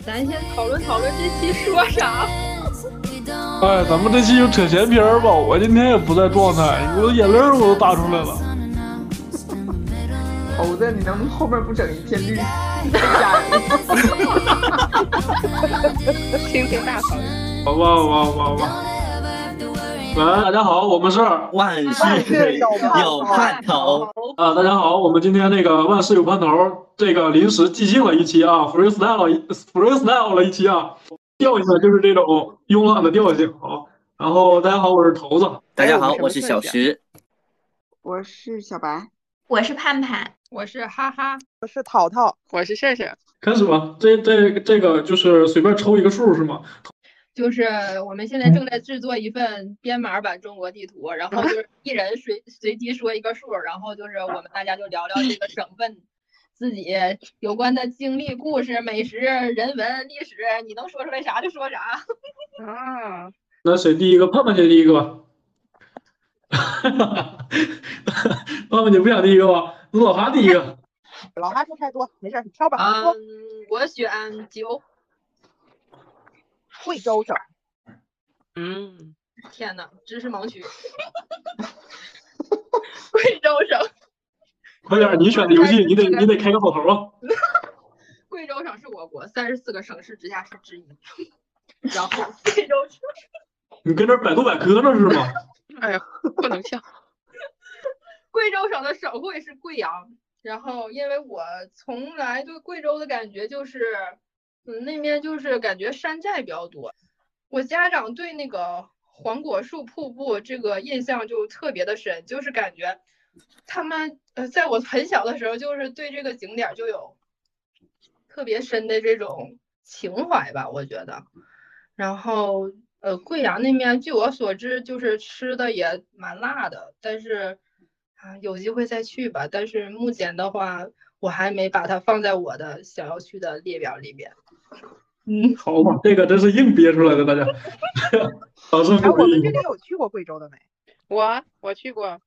咱先讨论讨论这期说啥。 哎，咱们这期就扯闲篇儿吧。我今天也不在状态，我的眼泪我都打出来了。 猴子，你能后面不整一片绿？太吓人了！ 听听大嫂。 好吧，好吧，好吧，好吧。喂，大家好，我们是万事有盼头啊！大家好，我们今天那个万事有盼头，这个临时即兴了一期啊，freestyle 了一期啊，调性就是这种慵懒的调性啊。然后大家好，我是头子。 大家好，我是小石。 我是小白。 我是盼盼。 我是哈哈。 我是淘淘。 我是胜胜。 开始吧，这个就是随便抽一个数是吗？ 就是我们现在正在制作一份编码版中国地图，然后就是一人随机说一个数，然后就是我们大家就聊聊这个省份自己有关的经历、故事、美食、人文、历史，你能说出来啥就说啥。 啊， 那谁第一个？盼盼姐第一个吧。盼盼姐不想第一个吧？那老哈第一个。 老哈说太多，没事，你挑吧。 我选9。 贵州省。 天哪，知识盲区。贵州省。 快点，你选的游戏，你得开个好头啊。 贵州省是我国34个省市直辖市之一。然后贵州省。 你跟这百度百科呢是吗？ 哎呀，不能笑。 贵州省的省会是贵阳。然后因为我从来对贵州的感觉就是那边就是感觉山寨比较多，我家长对那个黄果树瀑布这个印象就特别的深，就是感觉他们在我很小的时候就是对这个景点就有特别深的这种情怀吧，我觉得。然后贵阳那边据我所知就是吃的也蛮辣的，但是有机会再去吧，但是目前的话我还没把它放在我的想要去的列表里边。 好吧，这个真是硬憋出来的，大家。 我们这里有去过贵州的没？ 我去过。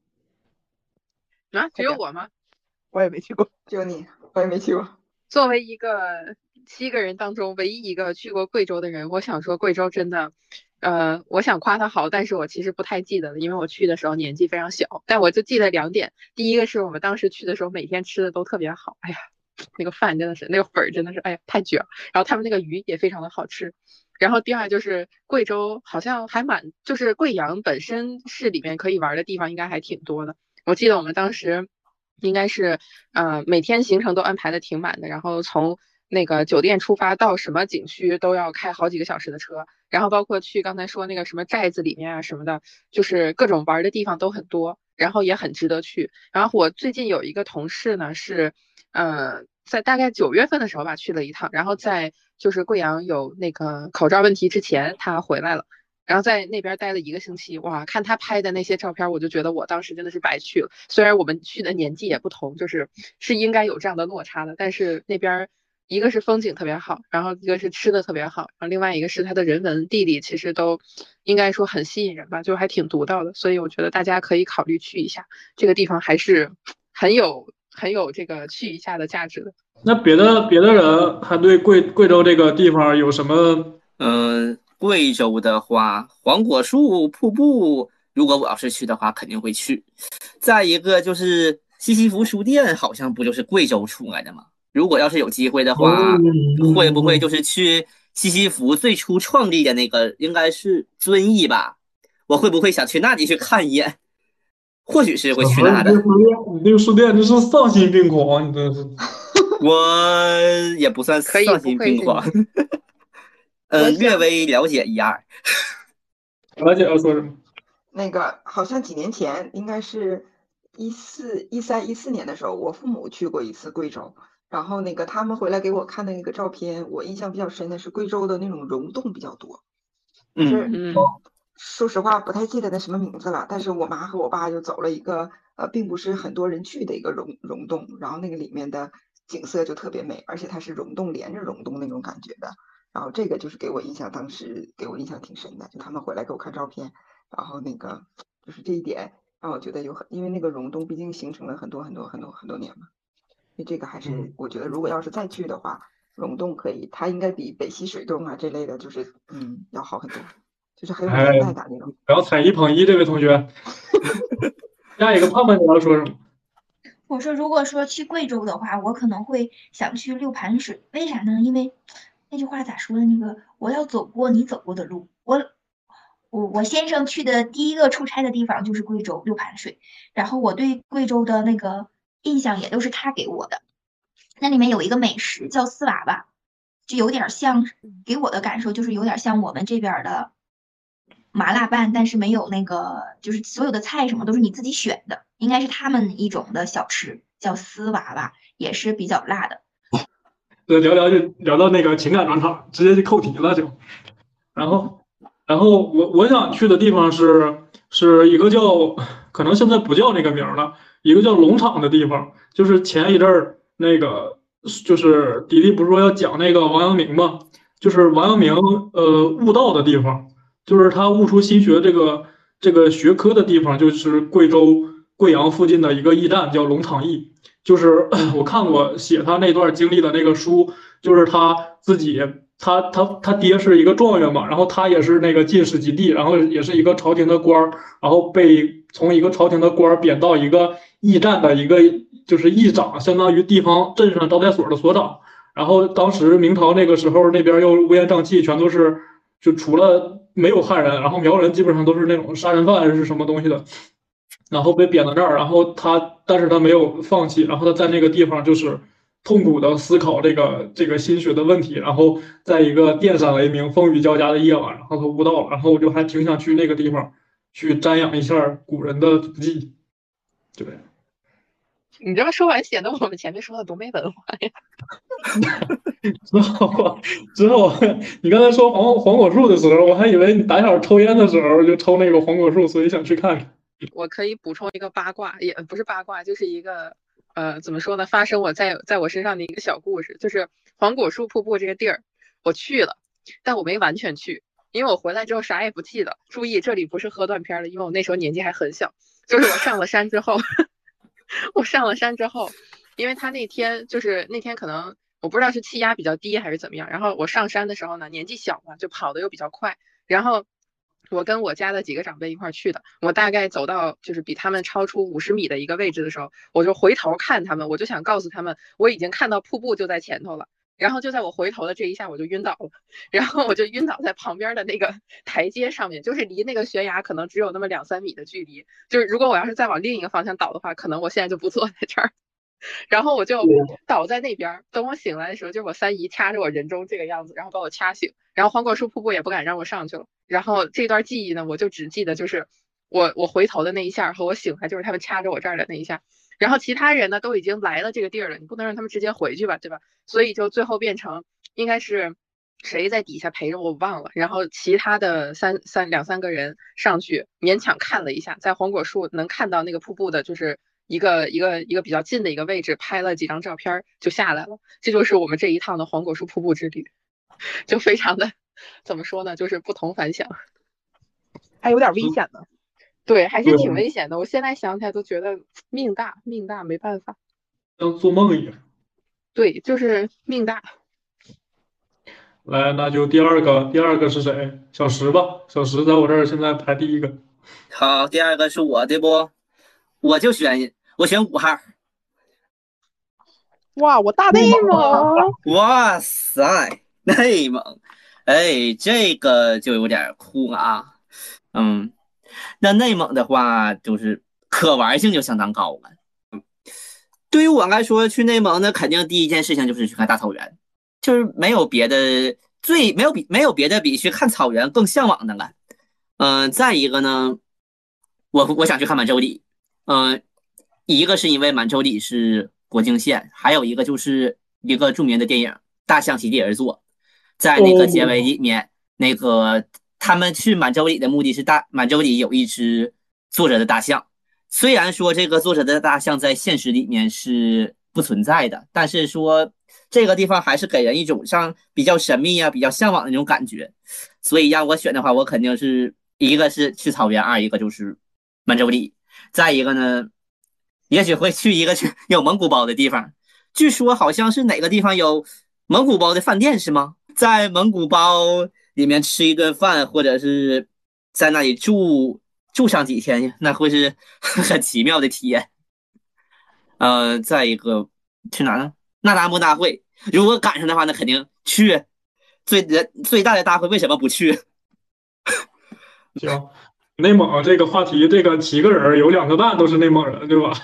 啊，只有我吗？ 我也没去过。 只有你，我也没去过。 作为一个7个人当中唯一一个去过贵州的人，我想说贵州真的，我想夸他好，但是我其实不太记得了，因为我去的时候年纪非常小，但我就记得2点。第一个是我们当时去的时候，每天吃的都特别好，哎呀。那个饭真的是，那个粉真的是，哎呀，太绝了。然后他们那个鱼也非常的好吃。然后第二就是贵州好像还就是贵阳本身市里面可以玩的地方应该还挺多的。我记得我们当时应该是每天行程都安排的挺满的，然后从那个酒店出发到什么景区都要开好几个小时的车，然后包括去刚才说那个什么寨子里面啊什么的，就是各种玩的地方都很多，然后也很值得去。然后我最近有一个同事呢是在大概9月份的时候吧去了一趟，然后在就是贵阳有那个口罩问题之前他回来了，然后在那边待了1个星期。哇，看他拍的那些照片，我就觉得我当时真的是白去了。虽然我们去的年纪也不同，是应该有这样的落差的，但是那边一个是风景特别好，然后一个是吃的特别好，然后另外一个是它的人文地理其实都应该说很吸引人吧，就还挺独到的，所以我觉得大家可以考虑去一下，这个地方还是很有这个去一下的价值的。 那别的人还对贵州这个地方有什么？ 贵州的话，黄果树瀑布，如果我要是去的话，肯定会去。再一个就是西西弗书店，好像不就是贵州出来的吗？如果要是有机会的话，会不会就是去西西弗最初创立的那个，应该是遵义吧？我会不会想去那里去看一眼？或许是会去那的。 你这个书店真是丧心病狂，你真是。 我也不算丧心病狂，略微了解一二。 了解要说什么？ 那个好像几年前，应该是13、14年的时候，我父母去过一次贵州，然后那个他们回来给我看的那个照片，我印象比较深的是贵州的那种溶洞比较多。说实话不太记得那什么名字了，但是我妈和我爸就走了一个并不是很多人去的一个溶洞，然后那个里面的景色就特别美，而且它是溶洞连着溶洞那种感觉的。然后这个就是当时给我印象挺深的，就他们回来给我看照片，然后那个就是这一点让我觉得因为那个溶洞毕竟形成了很多年嘛，所以这个还是我觉得如果要是再去的话， 溶洞可以，它应该比北溪水洞啊这类的，就是要好很多，就是很有哎年代感那种。 不要踩一捧一，这位同学。下一个胖胖你要说什么？ 我说，如果说去贵州的话，我可能会想去六盘水，为啥呢？因为那句话咋说的？那个我要走过你走过的路。我先生去的第一个出差的地方就是贵州六盘水，然后我对贵州的那个印象也都是他给我的。那里面有一个美食叫丝娃娃，就有点像，给我的感受就是有点像我们这边的麻辣拌，但是没有那个，就是所有的菜什么都是你自己选的，应该是他们一种的小吃，叫丝娃娃，也是比较辣的。 聊到那个情感专场，直接就扣题了就。然后我想去的地方是一个叫，可能现在不叫那个名了，一个叫龙场的地方。就是前一阵儿那个，就是迪迪不是说要讲那个王阳明吗？就是王阳明悟道的地方，就是他悟出心学这个学科的地方，就是贵州贵阳附近的一个驿站，叫龙场驿。就是我看过写他那段经历的那个书，就是他自己。他爹是一个状元嘛，然后他也是那个进士及第，然后也是一个朝廷的官儿，然后被从一个朝廷的官儿贬到一个驿站的一个就是驿长，相当于地方镇上招待所的所长。然后当时明朝那个时候那边又乌烟瘴气，全都是就除了没有汉人，然后苗人基本上都是那种杀人犯是什么东西的，然后被贬到这儿，然后但是他没有放弃，然后他在那个地方就是痛苦的思考这个心学的问题，然后在一个电闪雷鸣、风雨交加的夜晚，然后他悟道了，然后我就还挺想去那个地方去瞻仰一下古人的足迹。对， 你这么说完，显得我们前面说的多没文化呀。 之后，你刚才说黄果树的时候，我还以为你打小抽烟的时候就抽那个黄果树，所以想去看看。 我可以补充一个八卦，也不是八卦，就是一个怎么说呢？发生在我身上的一个小故事，就是黄果树瀑布这个地儿，我去了，但我没完全去，因为我回来之后啥也不记得。注意，这里不是喝断片了，因为我那时候年纪还很小。就是我上了山之后，因为他那天可能我不知道是气压比较低还是怎么样，然后我上山的时候呢，年纪小嘛，就跑得又比较快，然后我跟我家的几个长辈一块去的，我大概走到就是比他们超出50米的一个位置的时候，我就回头看他们，我就想告诉他们我已经看到瀑布就在前头了。然后就在我回头的这一下，我就晕倒了，然后我就晕倒在旁边的那个台阶上面，就是离那个悬崖可能只有那么2-3米的距离。就是如果我要是再往另一个方向倒的话，可能我现在就不坐在这儿。然后我就倒在那边，等我醒来的时候，就是我三姨掐着我人中这个样子，然后把我掐醒。然后黄果树瀑布也不敢让我上去了。然后这段记忆呢，我就只记得就是我回头的那一下和我醒来就是他们掐着我这儿的那一下。然后其他人呢都已经来了这个地儿了，你不能让他们直接回去吧，对吧？所以就最后变成应该是谁在底下陪着我忘了，然后其他的两三个人上去勉强看了一下，在黄果树能看到那个瀑布的，就是一个比较近的一个位置，拍了几张照片就下来了。这就是我们这一趟的黄果树瀑布之旅，就非常的怎么说呢，就是不同凡响， 还有点危险呢。 对，还是挺危险的。我现在想起来都觉得命大，没办法， 像做梦一样。 对，就是命大。 来，那就第二个是谁？小石吧。小石在我这儿现在排第一个。 好，第二个是我，对不？我选5号。 哇，我大内蒙！ 哇塞，内蒙，哎，这个就有点酷啊。那内蒙的话，就是可玩性就相当高了。对于我来说，去内蒙呢，肯定第一件事情就是去看大草原，就是没有别的比去看草原更向往的了。再一个呢，我想去看满洲里。一个是因为满洲里是国境线，还有一个就是一个著名的电影《大象席地而坐》，在那个结尾里面，那个他们去满洲里的目的是满洲里有一只坐着的大象。虽然说这个坐着的大象在现实里面是不存在的，但是说这个地方还是给人一种像比较神秘啊、比较向往的那种感觉。所以让我选的话，我肯定是一个是去草原，二一个就是满洲里。再一个呢，也许会去一个有蒙古包的地方，据说好像是哪个地方有蒙古包的饭店是吗？在蒙古包里面吃一顿饭，或者是在那里住上几天，那会是很奇妙的体验。再一个去哪呢？那达慕大会，如果赶上的话，那肯定去。最大的大会为什么不去？ 行，内蒙这个话题，这个7个人有2个半都是内蒙人，对吧？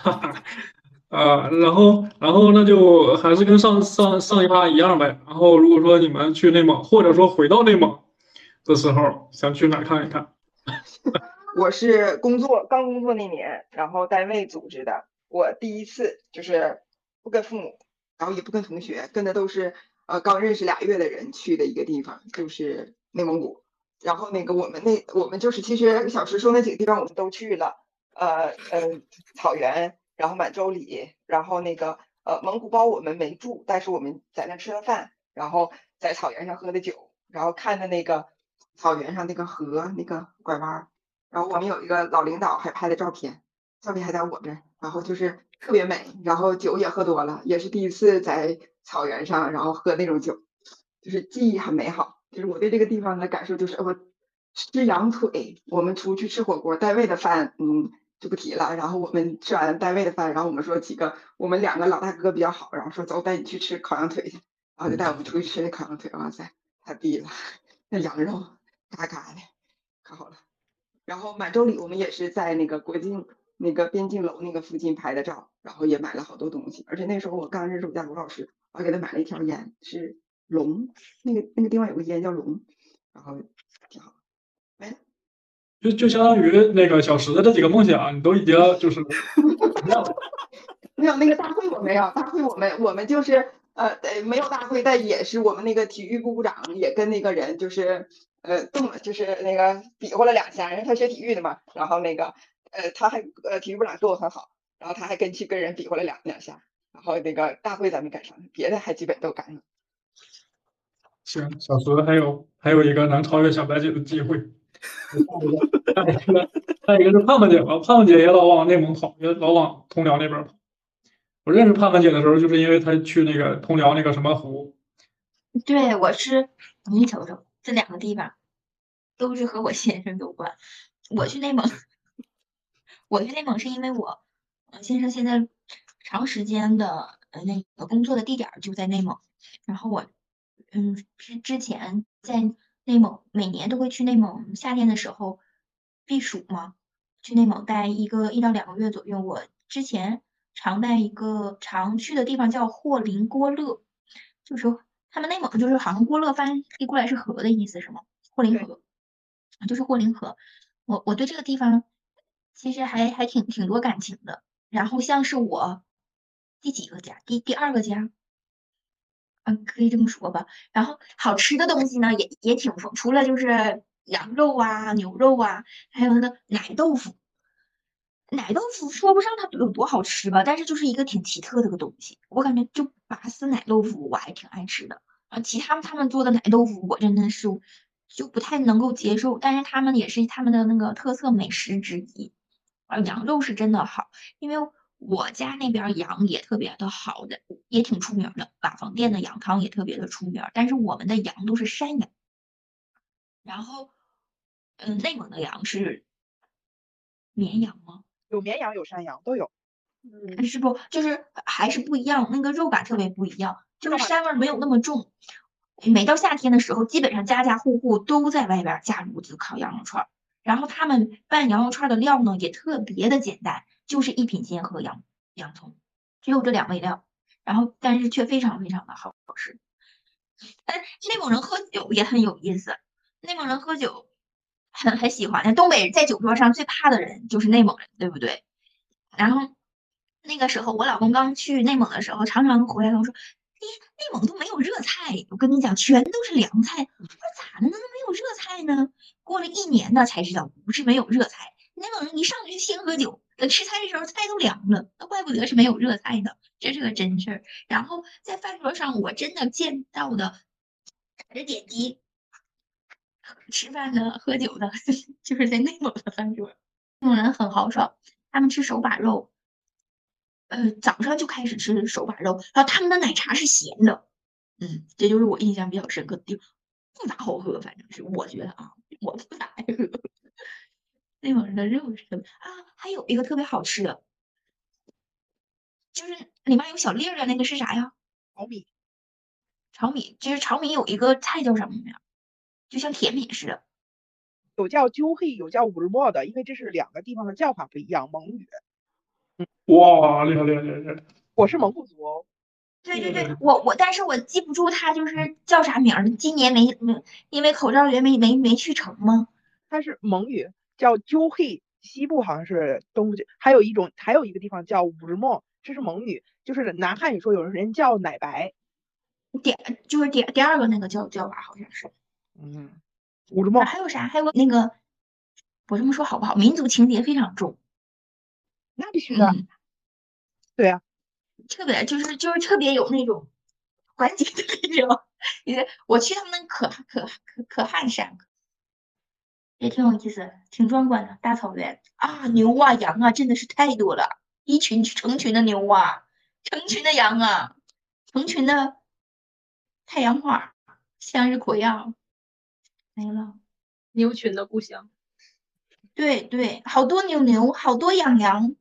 然后那就还是跟上一趴一样呗。然后如果说你们去内蒙，或者说回到内蒙的时候，想去哪看一看？ 我是刚工作那年，然后单位组织的。我第一次就是不跟父母，然后也不跟同学，跟的都是刚认识2月的人去的一个地方，就是内蒙古。然后那个我们就是其实小石说那几个地方我们都去了，草原，然后满洲里，然后那个蒙古包我们没住，但是我们在那吃了饭，然后在草原上喝的酒，然后看的那个草原上那个河那个拐弯。然后我们有一个老领导还拍的照片，照片还在我这儿，然后就是特别美，然后酒也喝多了，也是第一次在草原上，然后喝那种酒，就是记忆很美好。就是我对这个地方的感受就是，我吃羊腿，我们出去吃火锅，单位的饭，就不提了。然后我们吃完单位的饭，然后我们说我们2个老大哥比较好，然后说走，带你去吃烤羊腿去，然后就带我们出去吃那烤羊腿，哇塞，太逼了，那羊肉嘎嘎的，可好了。然后满洲里我们也是在那个国境那个边境楼那个附近拍的照，然后也买了好多东西。而且那时候我刚认识我家罗老师，我还给他买了一条烟，是龙，那个地方有个烟叫龙，然后挺好。没了。 就相当于那个小石的这几个梦想，你都已经就是没有那个大会我没有，大会我们就是没有大会，但也是我们那个体育部部长也跟那个人就是动了，就是那个比划了2下，因为他学体育的嘛，然后那个他还体育部长对我很好，然后他还去跟人比划了两下，然后那个大会咱没赶上，别的还基本都赶上。 行，小石还有一个能超越小白姐的机会。再一个是盼盼姐吧，盼盼姐也老往内蒙跑，也老往通辽那边跑。我认识盼盼姐的时候，就是因为她去那个通辽那个什么湖。 对，你瞅瞅这2个地方，都是和我先生有关。我去内蒙是因为我先生现在长时间的那个工作的地点就在内蒙，然后我之前在内蒙每年都会去内蒙，夏天的时候避暑嘛，去内蒙待1到2个月左右。我之前常去的地方叫霍林郭勒，就是他们内蒙就是好像郭勒翻译过来是河的意思是吗？霍林河，就是霍林河。我对这个地方其实还挺多感情的。然后像是我第几个家，第2个家，可以这么说吧。然后好吃的东西呢也挺丰，除了就是羊肉啊、牛肉啊，还有那个奶豆腐。奶豆腐说不上它有多好吃吧，但是就是一个挺奇特的个东西。我感觉就拔丝奶豆腐我还挺爱吃的，其他们做的奶豆腐我真的是就不太能够接受，但是他们也是他们的那个特色美食之一。羊肉是真的好，因为我家那边羊也特别的好的，也挺出名的，瓦房店的羊汤也特别的出名，但是我们的羊都是山羊。然后内蒙的羊是绵羊吗？ 有绵羊有山羊都有。 是不就是还是不一样，那个肉感特别不一样，就是膻味没有那么重。每到夏天的时候，基本上家家户户都在外边架炉子烤羊肉串，然后他们拌羊肉串的料呢也特别的简单，就是一品鲜和洋葱，只有这2味料，然后但是却非常非常的好吃。内蒙人喝酒也很有意思，内蒙人喝酒很喜欢，东北人在酒桌上最怕的人就是内蒙人，对不对？然后那个时候我老公刚去内蒙的时候，常常回来跟我说：“内蒙都没有热菜，我跟你讲，全都是凉菜。”我说：“咋的呢？没有热菜呢？”过了1年呢，才知道不是没有热菜，内蒙人一上去先喝酒，等吃菜的时候菜都凉了，那怪不得是没有热菜呢，这是个真事儿。然后在饭桌上，我真的见到的打着点滴吃饭的、喝酒的，就是在内蒙的饭桌。内蒙人很豪爽，他们吃手把肉。早上就开始吃手把肉，然后他们的奶茶是咸的， 这就是我印象比较深刻的地方，不咋好喝，反正是我觉得啊，我不咋爱喝。内蒙人的肉是特别啊，还有一个特别好吃的，就是里面有小粒儿的那个是啥呀？ 炒米， 炒米，就是炒米有一个菜叫什么呀？就像甜品似的。 有叫揪黑，有叫乌日莫的，因为这是2个地方的叫法不一样。蒙语， 哇，厉害厉害厉害厉害！ 我是蒙古族哦。 对，但是我记不住它就是叫啥名儿。今年因为口罩员没去成吗？ 它是蒙语叫揪黑，西部好像是东部，还有一个地方叫乌日莫，这是蒙语，就是拿汉语说有人叫奶白。 就是第二个那个叫法好像是。 乌日莫还有啥？还有那个，我这么说好不好？民族情节非常重。 那必须的。对啊， 特别就是特别有那种团结的力量。我去他们那可汗山，也挺有意思，挺壮观的大草原啊，牛啊羊啊真的是太多了，成群的牛啊，成群的羊啊，成群的太阳花、向日葵啊，没了。 牛群的故乡。 对，好多牛，好多羊。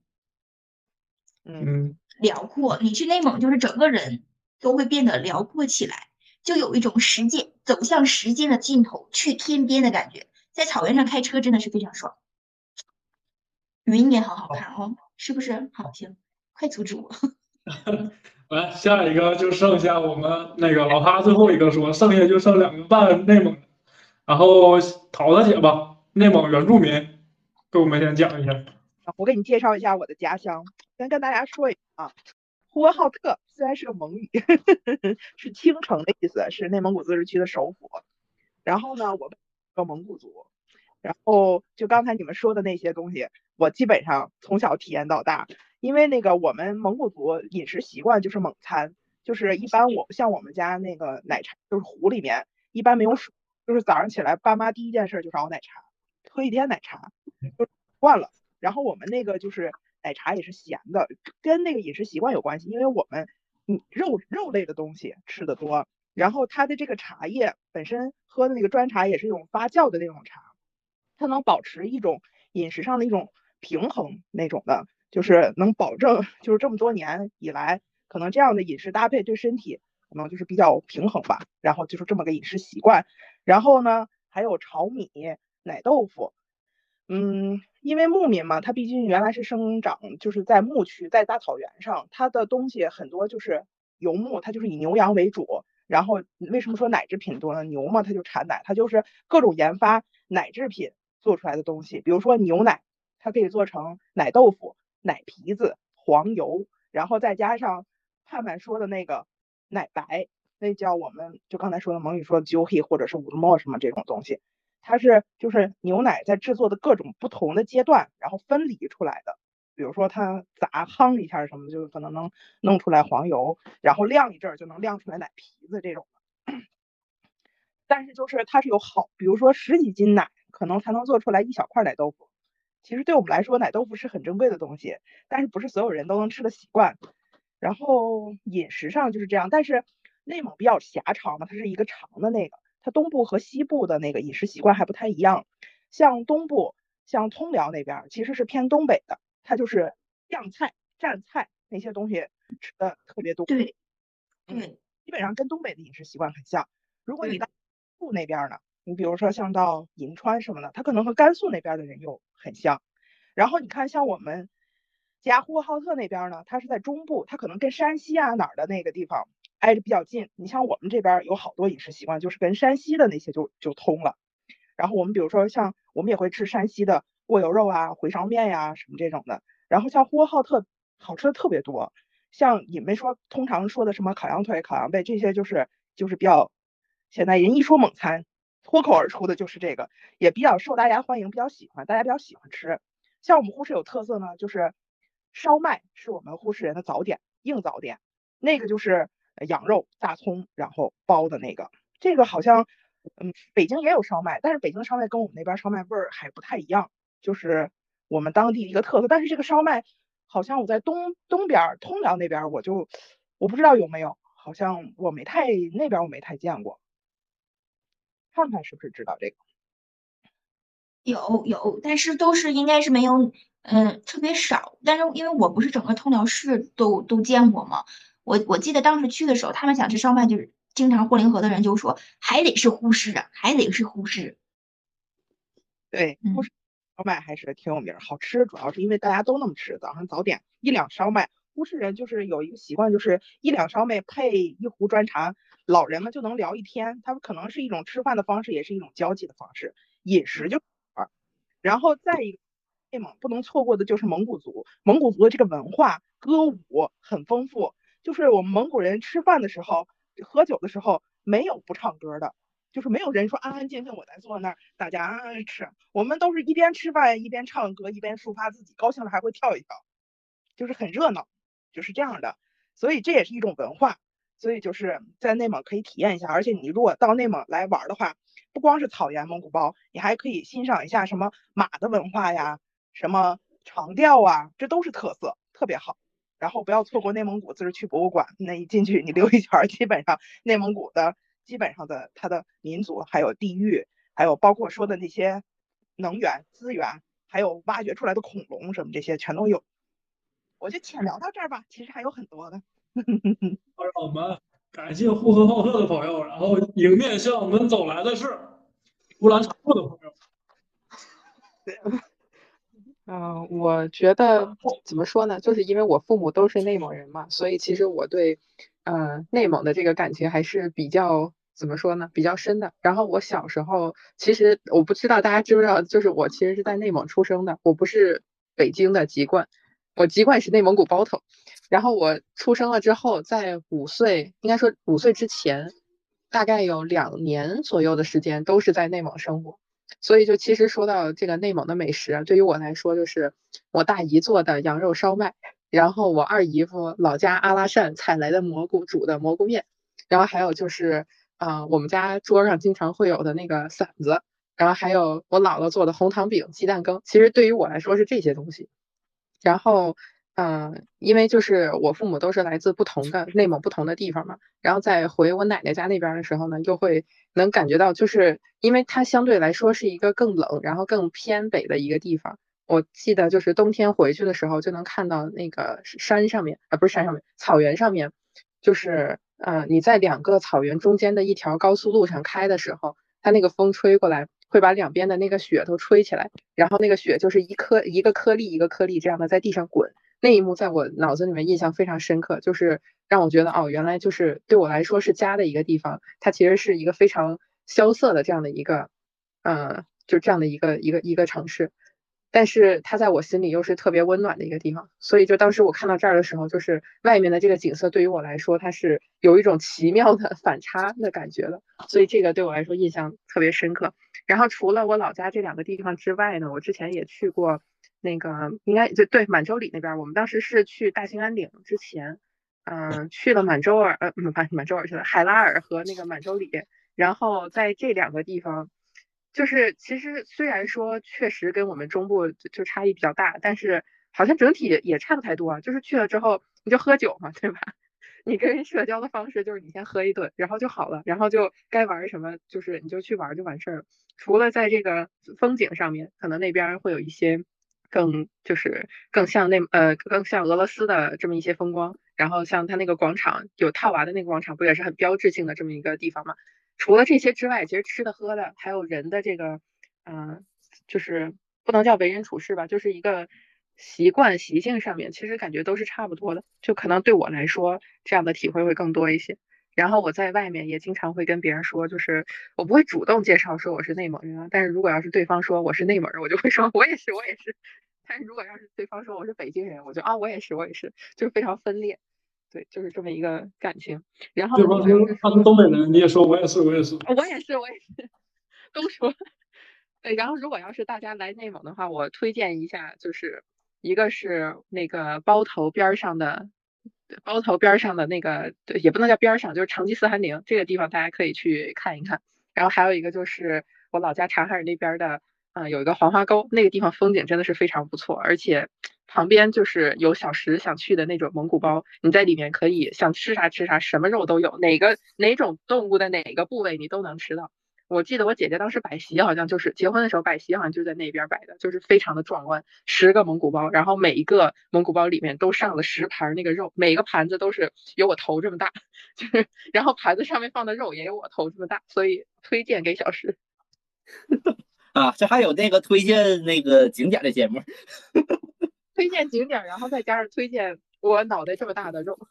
辽阔。你去内蒙，就是整个人都会变得辽阔起来，就有一种走向时间的尽头，去天边的感觉。在草原上开车真的是非常爽，云也好好看哦，是不是？好，行，快阻止我。 来，下一个就剩下我们那个老哈最后一个说，剩下就剩2个半内蒙，然后桃子姐吧，内蒙原住民，给我们先讲一下。 我给你介绍一下我的家乡，先跟大家说一下啊，呼和浩特虽然是个蒙语，是青城的意思，是内蒙古自治区的首府。然后呢，我个蒙古族，然后就刚才你们说的那些东西，我基本上从小体验到大。因为那个我们蒙古族饮食习惯就是蒙餐，就是一般像我们家那个奶茶就是壶里面一般没有水，就是早上起来爸妈第一件事就是熬奶茶，喝一天奶茶就惯了。然后我们那个就是奶茶也是咸的，跟那个饮食习惯有关系，因为我们肉类的东西吃的多，然后它的这个茶叶本身喝的那个砖茶也是一种发酵的那种茶，它能保持一种饮食上的一种平衡那种的，就是能保证就是这么多年以来，可能这样的饮食搭配对身体可能就是比较平衡吧，然后就是这么个饮食习惯。然后呢，还有炒米、奶豆腐。因为牧民嘛，他毕竟原来是生长就是在牧区，在大草原上，他的东西很多就是游牧，它就是以牛羊为主。然后为什么说奶制品多呢？牛嘛，它就产奶，它就是各种研发奶制品做出来的东西。比如说牛奶，它可以做成奶豆腐、奶皮子、黄油，然后再加上盼盼说的那个奶白，那叫我们就刚才说的蒙语说的 juhi 或者是乌鲁莫什么这种东西。它是就是牛奶在制作的各种不同的阶段，然后分离出来的。比如说它砸夯一下什么，就可能能弄出来黄油，然后晾一阵儿就能晾出来奶皮子这种的。但是就是它是有比如说10几斤奶，可能才能做出来1小块奶豆腐。其实对我们来说，奶豆腐是很珍贵的东西，但是不是所有人都能吃得习惯。然后饮食上就是这样，但是内蒙比较狭长嘛，它是一个长的那个。它东部和西部的那个饮食习惯还不太一样，像东部，像通辽那边其实是偏东北的，它就是酱菜、蘸菜那些东西吃的特别多。 对， 基本上跟东北的饮食习惯很像。如果你到西部那边呢，你比如说像到银川什么的，它可能和甘肃那边的人又很像。然后你看像我们家呼和浩特那边呢，它是在中部，它可能跟山西啊哪儿的那个地方挨着比较近。你像我们这边有好多饮食习惯，就是跟山西的那些就通了。然后我们比如说像我们也会吃山西的过油肉啊、回烧面呀、什么这种的。然后像呼和浩特好吃的特别多，像你们说通常说的什么烤羊腿、烤羊背这些，就是比较现在人一说蒙餐，脱口而出的就是这个，也比较受大家欢迎，大家比较喜欢吃。像我们呼市有特色呢，就是烧麦是我们呼市人的早点，硬早点，那个就是羊肉、大葱然后包的那个。这个好像北京也有烧麦，但是北京的烧麦跟我们那边烧麦味儿还不太一样，就是我们当地的一个特色。但是这个烧麦好像我在东边通辽那边我不知道有没有， 好像那边我没太见过。盼盼是不是知道这个？ 有，但是应该是没有，特别少。但是因为我不是整个通辽市都见过嘛，我记得当时去的时候，他们想吃烧麦，就是经常霍林河的人就说还得是呼市啊，还得是呼市。 对， 嗯， 烧麦还是挺有名儿，好吃，主要是因为大家都那么吃。早上早点一两烧麦，呼市人就是有一个习惯，就是一两烧麦配一壶砖茶，老人们就能聊一天。他们可能是一种吃饭的方式，也是一种交际的方式，饮食就。然后再一个，内蒙不能错过的就是蒙古族，蒙古族的这个文化歌舞很丰富，就是我们蒙古人吃饭的时候、喝酒的时候没有不唱歌的。就是没有人说安安静静我在坐那儿，大家吃，我们都是一边吃饭一边唱歌，一边抒发自己，高兴了还会跳一跳，就是很热闹，就是这样的。所以这也是一种文化，所以就是在内蒙可以体验一下。而且你如果到内蒙来玩的话，不光是草原蒙古包，你还可以欣赏一下什么马的文化呀，什么长调啊，这都是特色，特别好。然后不要错过内蒙古自治区博物馆，那一进去你溜一圈，基本上内蒙古的基本上的它的民族还有地域，还有包括说的那些能源资源，还有挖掘出来的恐龙什么这些全都有。我就浅聊到这儿吧，其实还有很多的。 让我们感谢呼和浩特的朋友，然后迎面向我们走来的是乌兰察布的朋友。 我觉得怎么说呢，就是因为我父母都是内蒙人嘛，所以其实我对内蒙的这个感情还是比较怎么说呢，比较深的。然后我小时候，其实我不知道大家知不知道，就是我其实是在内蒙出生的，我不是北京的籍贯，我籍贯是内蒙古包头。然后我出生了之后，在5岁，应该说5岁之前，大概有2年左右的时间都是在内蒙生活。所以就其实说到这个内蒙的美食啊，对于我来说就是我大姨做的羊肉烧麦，然后我二姨夫老家阿拉善采来的蘑菇煮的蘑菇面，然后还有就是我们家桌上经常会有的那个馓子，然后还有我姥姥做的红糖饼、鸡蛋羹，其实对于我来说是这些东西。然后，因为就是我父母都是来自不同的内蒙不同的地方嘛，然后在回我奶奶家那边的时候呢，又会能感觉到，就是因为它相对来说是一个更冷，然后更偏北的一个地方。我记得就是冬天回去的时候，就能看到那个山上面，不是山上面，草原上面，就是你在两个草原中间的一条高速路上开的时候，它那个风吹过来，会把两边的那个雪都吹起来。然后那个雪就是一个颗粒一个颗粒这样的在地上滚，那一幕在我脑子里面印象非常深刻，就是让我觉得哦，原来就是对我来说是家的一个地方，它其实是一个非常萧瑟的这样的一个，就这样的一个城市，但是它在我心里又是特别温暖的一个地方，所以就当时我看到这儿的时候，就是外面的这个景色对于我来说，它是有一种奇妙的反差的感觉的，所以这个对我来说印象特别深刻。然后除了我老家这两个地方之外呢，我之前也去过那个，应该就对满洲里那边。我们当时是去大兴安岭之前，去了满洲尔，满洲尔去了海拉尔和那个满洲里。然后在这两个地方，就是其实虽然说确实跟我们中部就差异比较大，但是好像整体也差不太多啊。就是去了之后你就喝酒嘛，对吧？你跟人社交的方式就是你先喝一顿，然后就好了，然后就该玩什么，就是你就去玩就完事儿了。除了在这个风景上面，可能那边会有一些就是更像更像俄罗斯的这么一些风光。然后像它那个广场有套娃的那个广场，不也是很标志性的这么一个地方吗？除了这些之外，其实吃的喝的还有人的这个，就是不能叫为人处事吧，就是一个习惯习性上面，其实感觉都是差不多的。就可能对我来说，这样的体会会更多一些。然后我在外面也经常会跟别人说，就是我不会主动介绍说我是内蒙人啊，但是如果要是对方说我是内蒙人，我就会说我也是，我也是。但是如果要是对方说我是北京人，我就我也是，我也是，就是非常分裂。对，就是这么一个感情。然后对方说他是东北人，你也说我也是，我也是， 我也是，我也是，都说。对，然后如果要是大家来内蒙的话，我推荐一下，就是一个是那个包头边上的那个，对，也不能叫边上，就是成吉思汗陵这个地方，大家可以去看一看。然后还有一个就是我老家察哈尔那边的，有一个黄花沟，那个地方风景真的是非常不错，而且旁边就是有小石想去的那种蒙古包，你在里面可以想吃啥吃啥，什么肉都有，哪种动物的哪个部位你都能吃到。我记得我姐姐当时摆席好像就是结婚的时候摆席好像就在那边摆的，就是非常的壮观，10个蒙古包，然后每一个蒙古包里面都上了10盘那个肉，每个盘子都是有我头这么大，就是然后盘子上面放的肉也有我头这么大，所以推荐给小石。 啊，这还有那个推荐那个景点的节目。 推荐景点，然后再加上推荐我脑袋这么大的肉。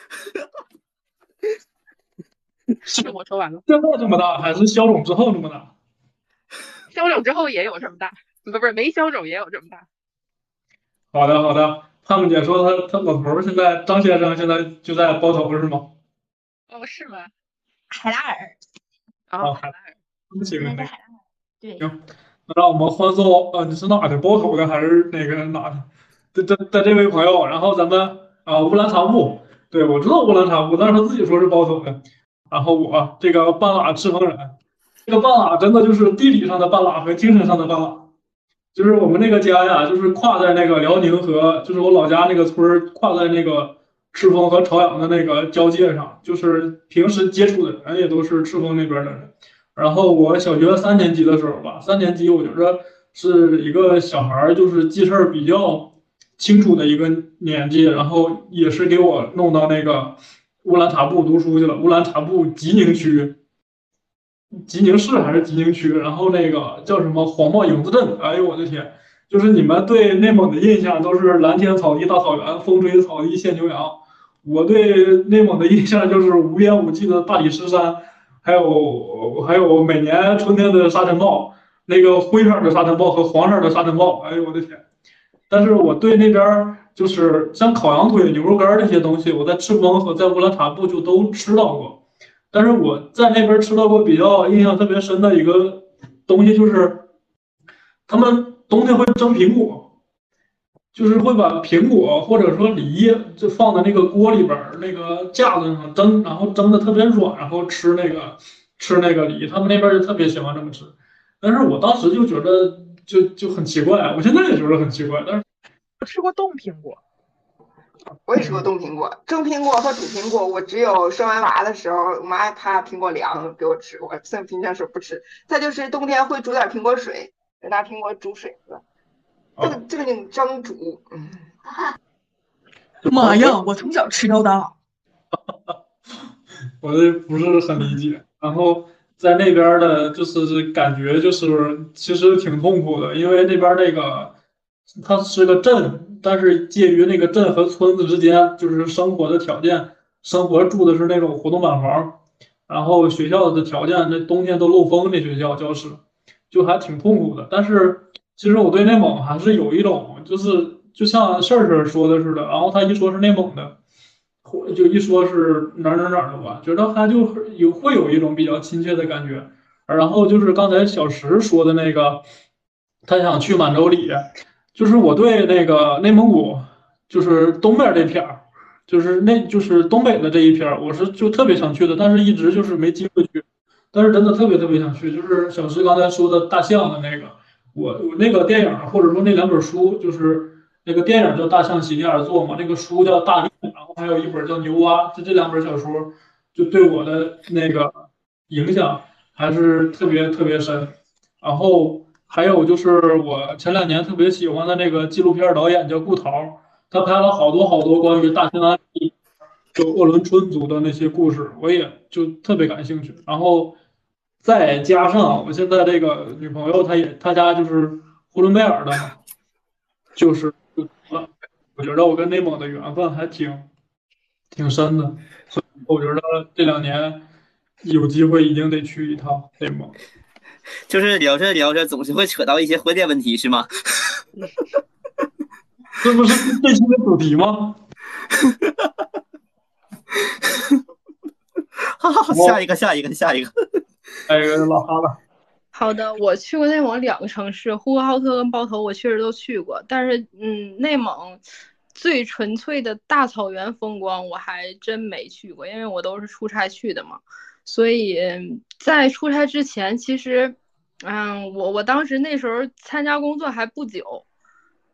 是我说完了。 现在这么大，还是消肿之后这么大？ 消肿之后也有这么大，不是没消肿也有这么大。 好的好的，他们姐说他老头现在张先生现在就在包头是吗？ 哦，是吗？ 海拉尔。 哦，海拉尔。 行， 在海拉尔。对。 行，那让我们欢送你是哪的？包头的还是哪个哪的？的这位朋友，然后咱们乌兰察布，对我知道乌兰察布，但是他自己说是包头的。然后我这个半拉赤峰人，这个半拉真的就是地理上的半拉和精神上的半拉。就是我们那个家呀，就是跨在那个辽宁和就是我老家那个村儿，跨在那个赤峰和朝阳的那个交界上，就是平时接触的人也都是赤峰那边的人。然后我小学3年级的时候吧，3年级我觉着是一个小孩儿，就是记事儿比较清楚的一个年纪，然后也是给我弄到那个乌兰察布读书去了，乌兰察布吉宁区。吉宁市还是吉宁区，然后那个叫什么黄帽营子镇，哎呦我的天，就是你们对内蒙的印象都是蓝天草地大草原，风吹草低见牛羊。我对内蒙的印象就是无边无际的大理石山，还有每年春天的沙尘暴，那个灰色的沙尘暴和黄色的沙尘暴，哎呦我的天！但是我对那边就是像烤羊腿、牛肉干这些东西，我在赤峰和在乌兰察布就都吃到过。但是我在那边吃到过比较印象特别深的一个东西，就是他们冬天会蒸苹果，就是会把苹果或者说梨就放在那个锅里边那个架子上蒸，然后蒸的特别软，然后吃那个梨，他们那边就特别喜欢这么吃。但是我当时就觉得就很奇怪，我现在也觉得很奇怪。但是我吃过冻苹果。 我也吃过冻苹果，蒸苹果和煮苹果，我只有生完娃的时候，我妈怕苹果凉给我吃，我现在平常时候不吃。再就是冬天会煮点苹果水，拿苹果煮水喝。这个你蒸煮， 妈呀，我从小吃到大。 我这不是很理解。然后在那边的，就是感觉就是其实挺痛苦的，因为那边那个它是个镇，但是介于那个镇和村子之间，就是生活的条件，生活住的是那种活动板房，然后学校的条件，那冬天都漏风，那学校教室就还挺痛苦的。但是其实我对内蒙还是有一种，就是就像事儿说的似的，然后他一说是内蒙的。就一说是哪儿哪儿哪儿的吧，觉得他就会有一种比较亲切的感觉。然后就是刚才小石说的那个，他想去满洲里，就是我对那个内蒙古，就是东边这片儿，就是东北的这一片儿，我是就特别想去的，但是一直就是没机会去。但是真的特别特别想去，就是小石刚才说的大象的那个，我那个电影或者说那2本书，就是那个电影叫《大象席地而坐》嘛，那个书叫《大力》，然后还有一本叫《牛蛙》，就这2本小说，就对我的那个影响还是特别特别深。然后还有就是我前2年特别喜欢的那个纪录片导演叫顾桃，他拍了好多好多关于大兴安岭就鄂伦春族的那些故事，我也就特别感兴趣。然后再加上我现在这个女朋友，她家就是呼伦贝尔的嘛，就是我觉得我跟内蒙的缘分还挺深的，所以我觉得这2年有机会一定得去一趟内蒙。 就是聊着聊着总是会扯到一些婚恋问题，是吗？ 这不是这期的主题吗？ 好，下一个。 哎，老哈了。 好的，我去过内蒙2个城市，呼和浩特跟包头，我确实都去过。但是，内蒙最纯粹的大草原风光我还真没去过，因为我都是出差去的嘛。所以在出差之前，其实，我当时那时候参加工作还不久，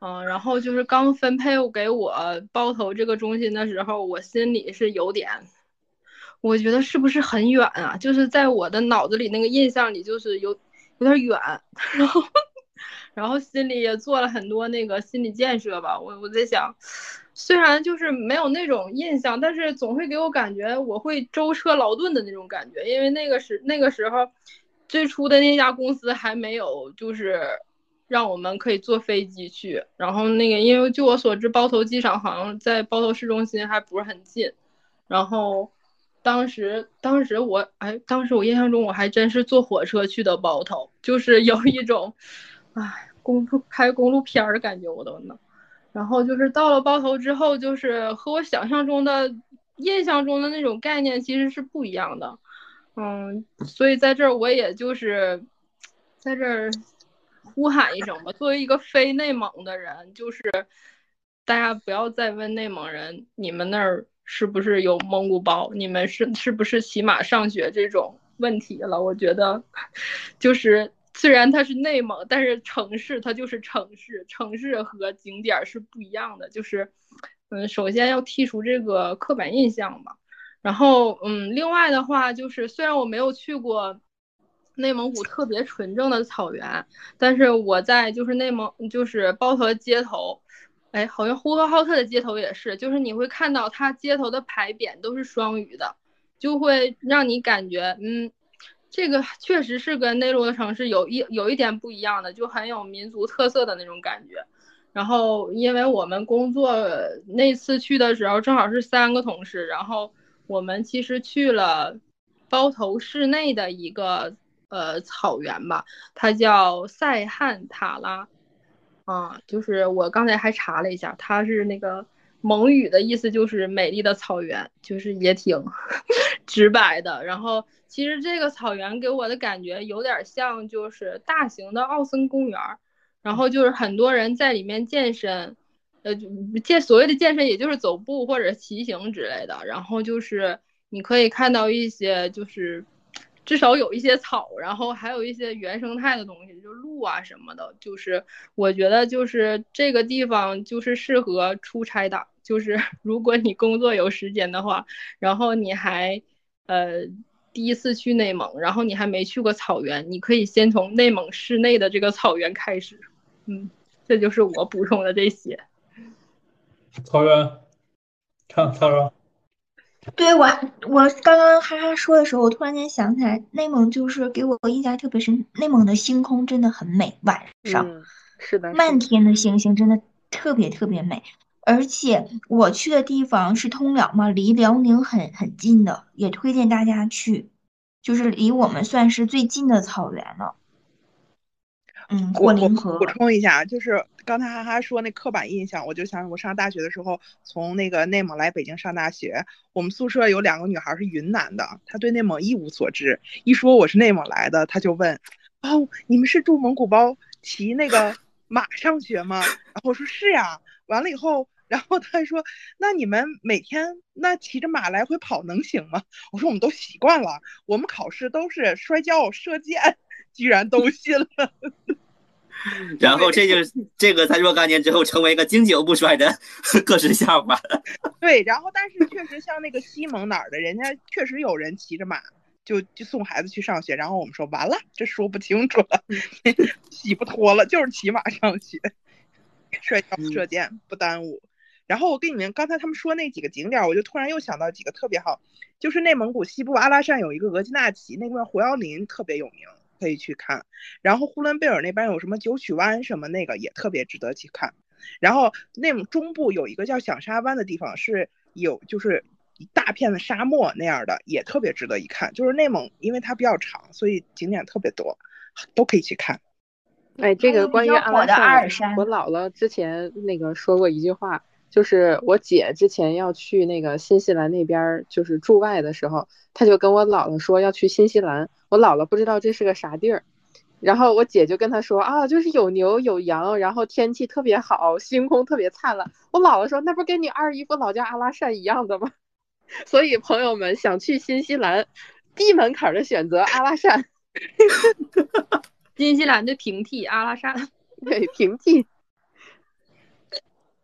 然后就是刚分配给我包头这个中心的时候，我心里是有点，我觉得是不是很远啊？就是在我的脑子里那个印象里，就是有点远，然后心里也做了很多那个心理建设吧。我在想，虽然就是没有那种印象，但是总会给我感觉我会舟车劳顿的那种感觉，因为那个时候最初的那家公司还没有就是让我们可以坐飞机去，然后那个因为据我所知，包头机场好像在包头市中心还不是很近，然后当时我印象中我还真是坐火车去的包头，就是有一种开公路片的感觉我都能。然后就是到了包头之后，就是和我想象中的印象中的那种概念其实是不一样的。所以在这儿我也就是在这儿呼喊一声吧，作为一个非内蒙的人，就是大家不要再问内蒙人你们那儿是不是有蒙古包，你们是不是骑马上学这种问题了。我觉得就是虽然它是内蒙，但是城市它就是城市，城市和景点是不一样的。就是首先要剔除这个刻板印象吧。然后另外的话就是虽然我没有去过内蒙古特别纯正的草原，但是我在就是内蒙就是包头街头，好像呼和浩特的街头也是，就是你会看到它街头的牌匾都是双语的，就会让你感觉这个确实是跟内陆的城市有一点不一样的，就很有民族特色的那种感觉。然后因为我们工作那次去的时候正好是3个同事，然后我们其实去了包头市内的一个草原吧，它叫塞罕塔拉。就是我刚才还查了一下，它是那个蒙语的意思，就是美丽的草原，就是也挺直白的。然后其实这个草原给我的感觉有点像就是大型的奥森公园，然后就是很多人在里面健身，所谓的健身也就是走步或者骑行之类的。然后就是你可以看到一些就是至少有一些草，然后还有一些原生态的东西，就鹿啊什么的。就是我觉得就是这个地方就是适合出差党，就是如果你工作有时间的话，然后你还第一次去内蒙，然后你还没去过草原，你可以先从内蒙市内的这个草原开始。这就是我补充的这些。 草原，看草原。 对，我刚刚哈哈说的时候，我突然间想起来，内蒙就是给我印象特别深，内蒙的星空真的很美，晚上是的， 漫天的星星真的特别特别美。而且我去的地方是通辽嘛，离辽宁很近的，也推荐大家去，就是离我们算是最近的草原了。 我霍林河。 补充一下，就是刚才哈哈说那刻板印象，我就想我上大学的时候，从那个内蒙来北京上大学，我们宿舍有2个女孩是云南的，她对内蒙一无所知，一说我是内蒙来的，她就问，你们是住蒙古包骑那个马上学吗？然后我说是呀，完了以后，然后她说，那你们每天那骑着马来回跑能行吗？我说我们都习惯了，我们考试都是摔跤射箭，居然都信了。 然后这个在若干年之后成为一个经久不衰的个人笑话。 对，然后但是确实像那个西蒙哪儿的，人家确实有人骑着马就送孩子去上学，然后我们说完了，这说不清楚了，洗不脱了，就是骑马上学，摔跤射箭不耽误。然后我跟你们刚才他们说那几个景点，我就突然又想到几个特别好，就是内蒙古西部阿拉善有一个额济纳旗，那边狐妖林特别有名，可以去看。然后呼伦贝尔那边有什么九曲湾什么，那个也特别值得去看。然后内蒙中部有一个叫响沙湾的地方，是有就是一大片的沙漠那样的，也特别值得一看。就是内蒙因为它比较长，所以景点特别多，都可以去看。 这个关于阿拉善，我姥姥之前那个说过一句话，就是我姐之前要去那个新西兰那边就是驻外的时候，她就跟我姥姥说要去新西兰，我姥姥不知道这是个啥地儿，然后我姐就跟她说就是有牛有羊，然后天气特别好，星空特别灿烂。我姥姥说那不跟你二姨夫老家阿拉善一样的吗？所以朋友们想去新西兰，低门槛的选择阿拉善。 新西兰的平替阿拉善， 对，平替。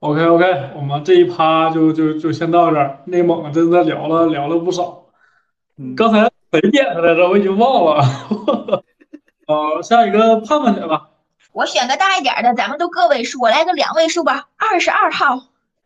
OK OK，我们这一趴就先到这儿。内蒙真的聊了不少，刚才谁点的来着？我已经忘了。下一个盼盼姐吧。 我选个大一点的，咱们都个位数，我来个2位数吧，22号。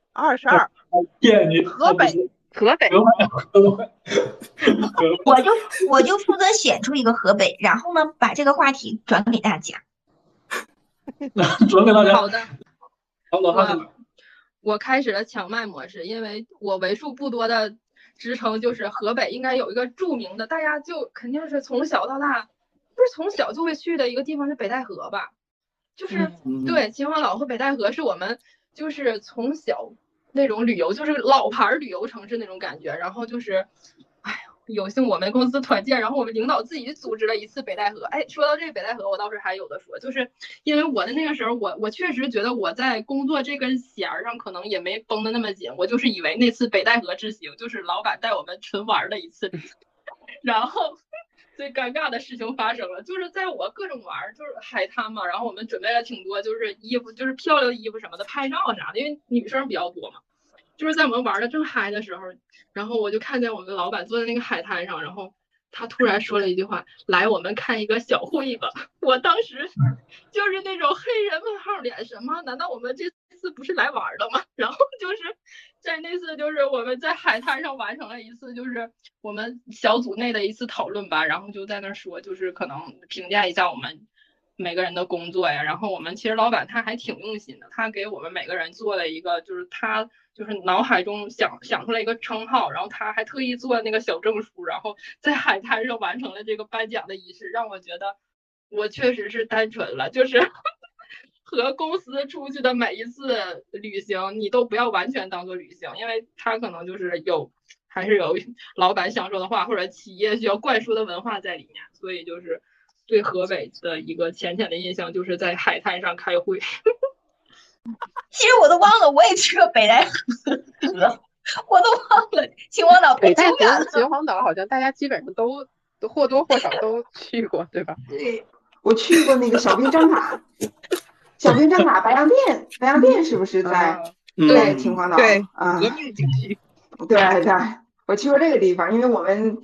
22， 骗你， 河北， 河北， 河北， 我就负责选出一个河北，然后呢，把这个话题转给大家。 转给大家。 好的， 好，老汉子。 我开始了抢麦模式，因为我为数不多的支撑就是河北应该有一个著名的，大家就肯定是从小到大，不是从小就会去的一个地方是北戴河吧？就是对，秦皇岛和北戴河是我们就是从小那种旅游，就是老牌旅游城市那种感觉。然后就是，哎呀，有幸我们公司团建，然后我们领导自己组织了一次北戴河。哎，说到这个北戴河，我倒是还有的说，就是因为我的那个时候，我确实觉得我在工作这根弦上可能也没绷得那么紧，我就是以为那次北戴河之行就是老板带我们纯玩的一次旅行，然后。最尴尬的事情发生了，就是在我各种玩，就是海滩嘛，然后我们准备了挺多，就是衣服，就是漂亮的衣服什么的，拍照啥的，因为女生比较多嘛。就是在我们玩的正嗨的时候，然后我就看见我们老板坐在那个海滩上，然后他突然说了一句话：“来，我们看一个小会吧。”我当时就是那种黑人问号脸，什么？难道我们这次不是来玩的吗？然后就是在那次，就是我们在海滩上完成了一次，就是我们小组内的一次讨论吧，然后就在那说，就是可能评价一下我们每个人的工作呀。然后我们其实老板他还挺用心的，他给我们每个人做了一个，就是他就是脑海中想出来一个称号，然后他还特意做那个小证书，然后在海滩上完成了这个颁奖的仪式，让我觉得我确实是单纯了，就是和公司出去的每一次旅行，你都不要完全当做旅行，因为他可能就是还是有老板想说的话，或者企业需要灌输的文化在里面，所以就是对河北的一个浅浅的印象，就是在海滩上开会。 其实我都忘了，我也去了北戴河，我都忘了秦皇岛北戴久远了。 河、秦皇岛好像大家基本上都或多或少都去过，对吧？ 对，我去过那个小兵张卡，小兵张卡白洋淀，白洋淀是不是在对秦皇岛？ 对啊， 革命景区。 对对，我去过这个地方，因为我们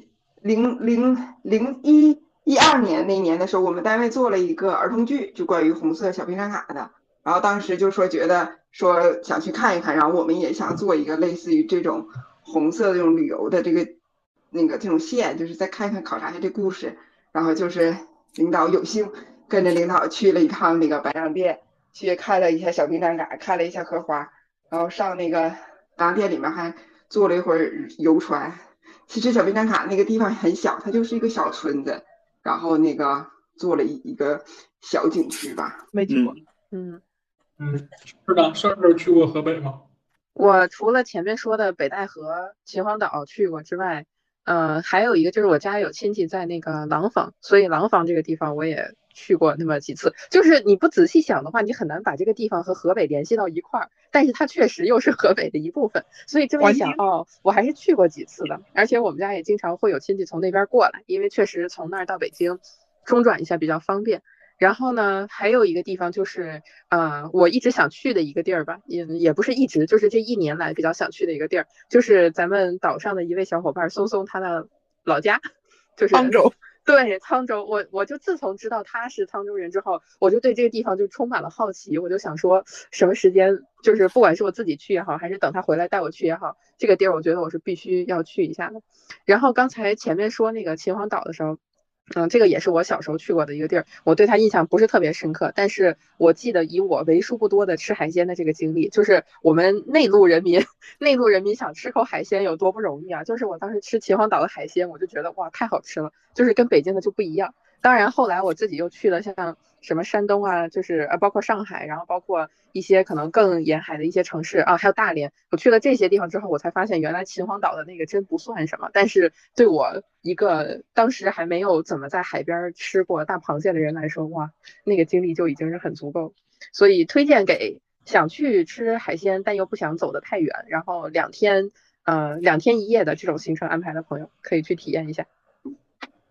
2012年那年的时候，我们单位做了一个儿童剧，就关于红色小兵张卡的。然后当时就说觉得说想去看一看，然后我们也想做一个类似于这种红色的这种旅游的这种线，就是再看一看考察一下这故事。然后就是领导有幸跟着领导去了一趟那个白洋淀，去看了一下小兵张卡，看了一下荷花，然后上那个白洋淀里面还坐了一会儿游船。其实小兵张卡那个地方很小，它就是一个小村子，然后那个做了一个小景区吧。 没去过。 是的，上次去过河北吗？ 我除了前面说的北戴河、秦皇岛去过之外，还有一个就是我家有亲戚在那个廊坊，所以廊坊这个地方我也去过那么几次。就是你不仔细想的话，你很难把这个地方和河北联系到一块儿，但是它确实又是河北的一部分。所以这么一想，我还是去过几次的，而且我们家也经常会有亲戚从那边过来，因为确实从那儿到北京中转一下比较方便。然后呢，还有一个地方就是，我一直想去的一个地儿吧，也不是一直，就是这1年来比较想去的一个地儿，就是咱们岛上的一位小伙伴松松他的老家，就是沧州。 对，沧州，我就自从知道他是沧州人之后，我就对这个地方就充满了好奇，我就想说，什么时间，就是不管是我自己去也好，还是等他回来带我去也好，这个地儿我觉得我是必须要去一下的。然后刚才前面说那个秦皇岛的时候。这个也是我小时候去过的一个地儿，我对它印象不是特别深刻，但是我记得以我为数不多的吃海鲜的这个经历，就是我们内陆人民想吃口海鲜有多不容易啊！就是我当时吃秦皇岛的海鲜，我就觉得哇，太好吃了，就是跟北京的就不一样。当然后来我自己又去了像什么山东啊，就是包括上海，然后包括一些可能更沿海的一些城市啊，还有大连。我去了这些地方之后，我才发现原来秦皇岛的那个真不算什么。但是对我一个当时还没有怎么在海边吃过大螃蟹的人来说，哇，那个经历就已经是很足够。所以推荐给想去吃海鲜但又不想走得太远，然后2天1夜的这种行程安排的朋友，可以去体验一下。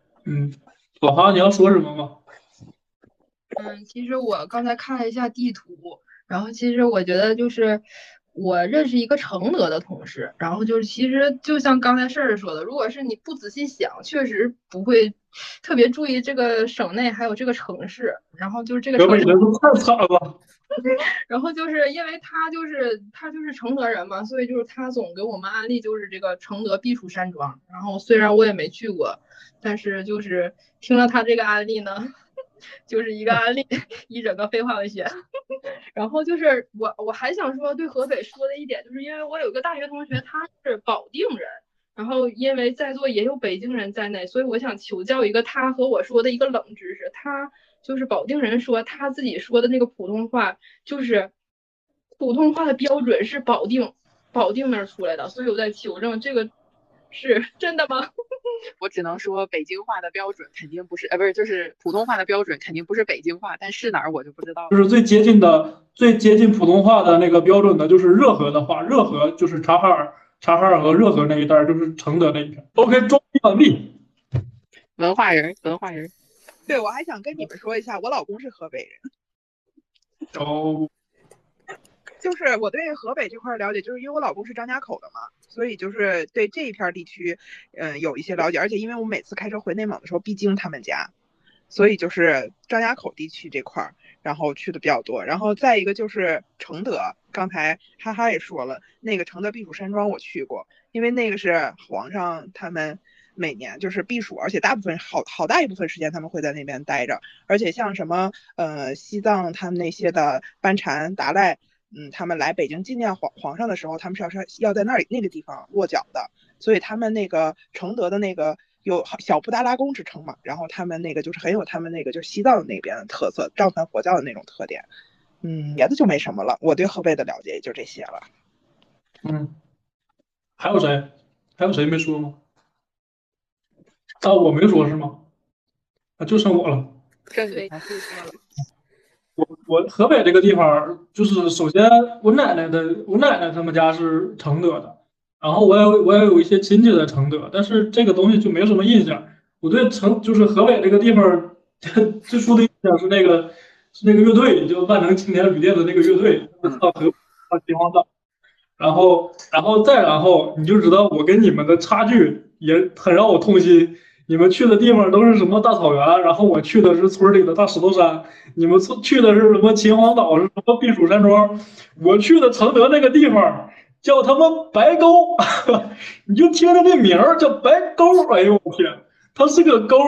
老哈，你要说什么吗？ 其实我刚才看了一下地图， 然后其实我觉得就是我认识一个承德的同事，然后就是其实就像刚才事儿说的，如果是你不仔细想，确实不会特别注意这个省内还有这个城市，然后就是这个河北城市。 人都太惨了。 然后就是因为他就是承德人嘛，所以就是他总给我们安利就是这个承德避暑山庄。然后虽然我也没去过，但是就是听了他这个安利呢，就是一个安利一整个废话文学。然后就是我还想说对河北说的一点，就是因为我有个大学同学他是保定人，然后因为在座也有北京人在内，所以我想求教一个他和我说的一个冷知识。他就是保定人说他自己说的那个普通话，就是普通话的标准是保定那儿出来的，所以我在求证这个是真的吗？ 我只能说北京话的标准肯定不是，不是，就是普通话的标准肯定不是北京话，但是哪儿我就不知道了。 就是最接近普通话的那个标准的，就是热河的话，热河就是察哈尔和热河那一带，就是承德那一片。OK，装逼完毕。 文化人。 对，我还想跟你们说一下，我老公是河北人。 哦， 就是我对河北这块了解，就是因为我老公是张家口的嘛，所以就是对这一片地区，有一些了解。而且因为我每次开车回内蒙的时候必经他们家，所以就是张家口地区这块，然后去的比较多。然后再一个就是承德，刚才哈哈也说了，那个承德避暑山庄我去过，因为那个是皇上他们每年就是避暑，而且大部分好大一部分时间他们会在那边待着。而且像什么西藏他们那些的班禅达赖。他们来北京纪念皇上的时候，他们是要在那个地方落脚的，所以他们那个承德的那个有小布达拉宫之称嘛，然后他们那个就是很有他们那个就是西藏那边的特色，藏传佛教的那种特点。别的就没什么了，我对河北的了解也就这些了。 还有谁？还有谁没说吗？啊，我没说是吗？啊，就剩我了。 对， 我河北这个地方，就是首先我奶奶他们家是承德的，然后我也有一些亲戚在承德，但是这个东西就没什么印象。我对就是河北这个地方最初的印象是那个乐队，就万能青年旅店的那个乐队，唱秦皇岛。然后你就知道我跟你们的差距也很让我痛心。你们去的地方都是什么大草原，然后我去的是村里的大石头山。你们去的是什么秦皇岛，是什么避暑山庄？我去的承德那个地方叫他妈白沟，你就听着这名儿叫白沟。哎呦我天，它是个沟，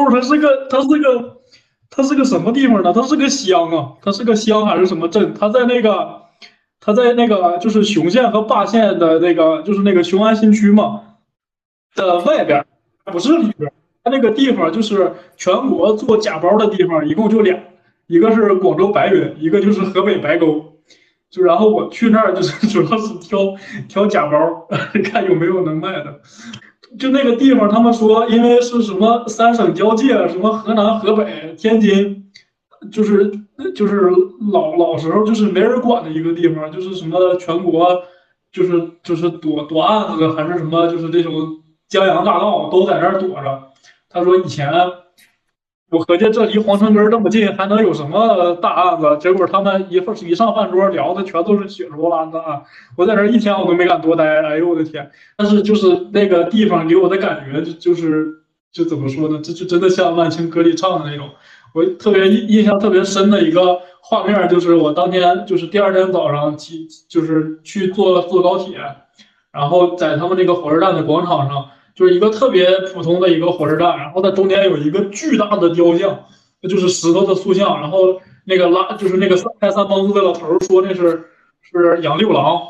它是个什么地方呢？它是个乡啊，它是个乡还是什么镇？它在那个就是雄县和霸县的那个就是那个雄安新区嘛的外边，不是里边。它那个地方就是全国做假包的地方，一共就俩，一个是广州白云，一个就是河北白沟。就然后我去那儿就是主要是挑假包，看有没有能卖的。就那个地方，他们说因为是什么三省交界，什么河南、河北、天津，就是老时候就是没人管的一个地方，就是什么全国就是躲案子还是什么，就是这种江洋大盗都在那儿躲着。他说以前我合计这离皇城根儿这么近，还能有什么大案子？结果他们一上饭桌聊的全都是血肉烂案。我在那儿一天我都没敢多待，哎呦我的天！但是就是那个地方给我的感觉就怎么说呢？这就真的像万青歌里唱的那种。我特别印象特别深的一个画面，就是我当天就是第二天早上就是去坐高铁，然后在他们那个火车站的广场上。就是一个特别普通的一个火车站，然后它中间有一个巨大的雕像，就是石头的塑像，然后那个就是那个开三蹦子的老头说那是杨六郎，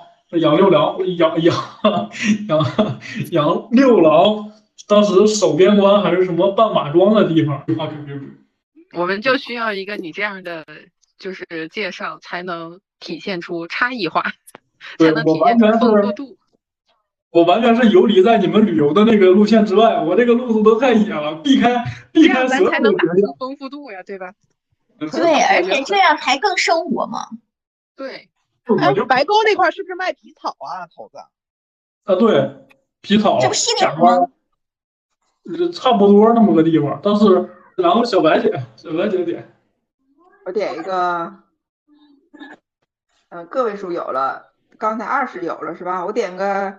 杨六郎，当时守边关还是什么办马庄的地方。 我们就需要一个你这样的就是介绍，才能体现出差异化，才能体现出丰富度。 我完全是游离在你们旅游的那个路线之外，我这个路子都太野了，避开所有的才能打出丰富度呀，对吧？ 对，而且这样才更生活嘛。 对。 哎，白沟那块是不是卖皮草啊，头子？ 啊，对，皮草。 这不西点吗？ 差不多那么个地方，但是然后小白姐点。 我点一个个位数有了，刚才20有了是吧？我点个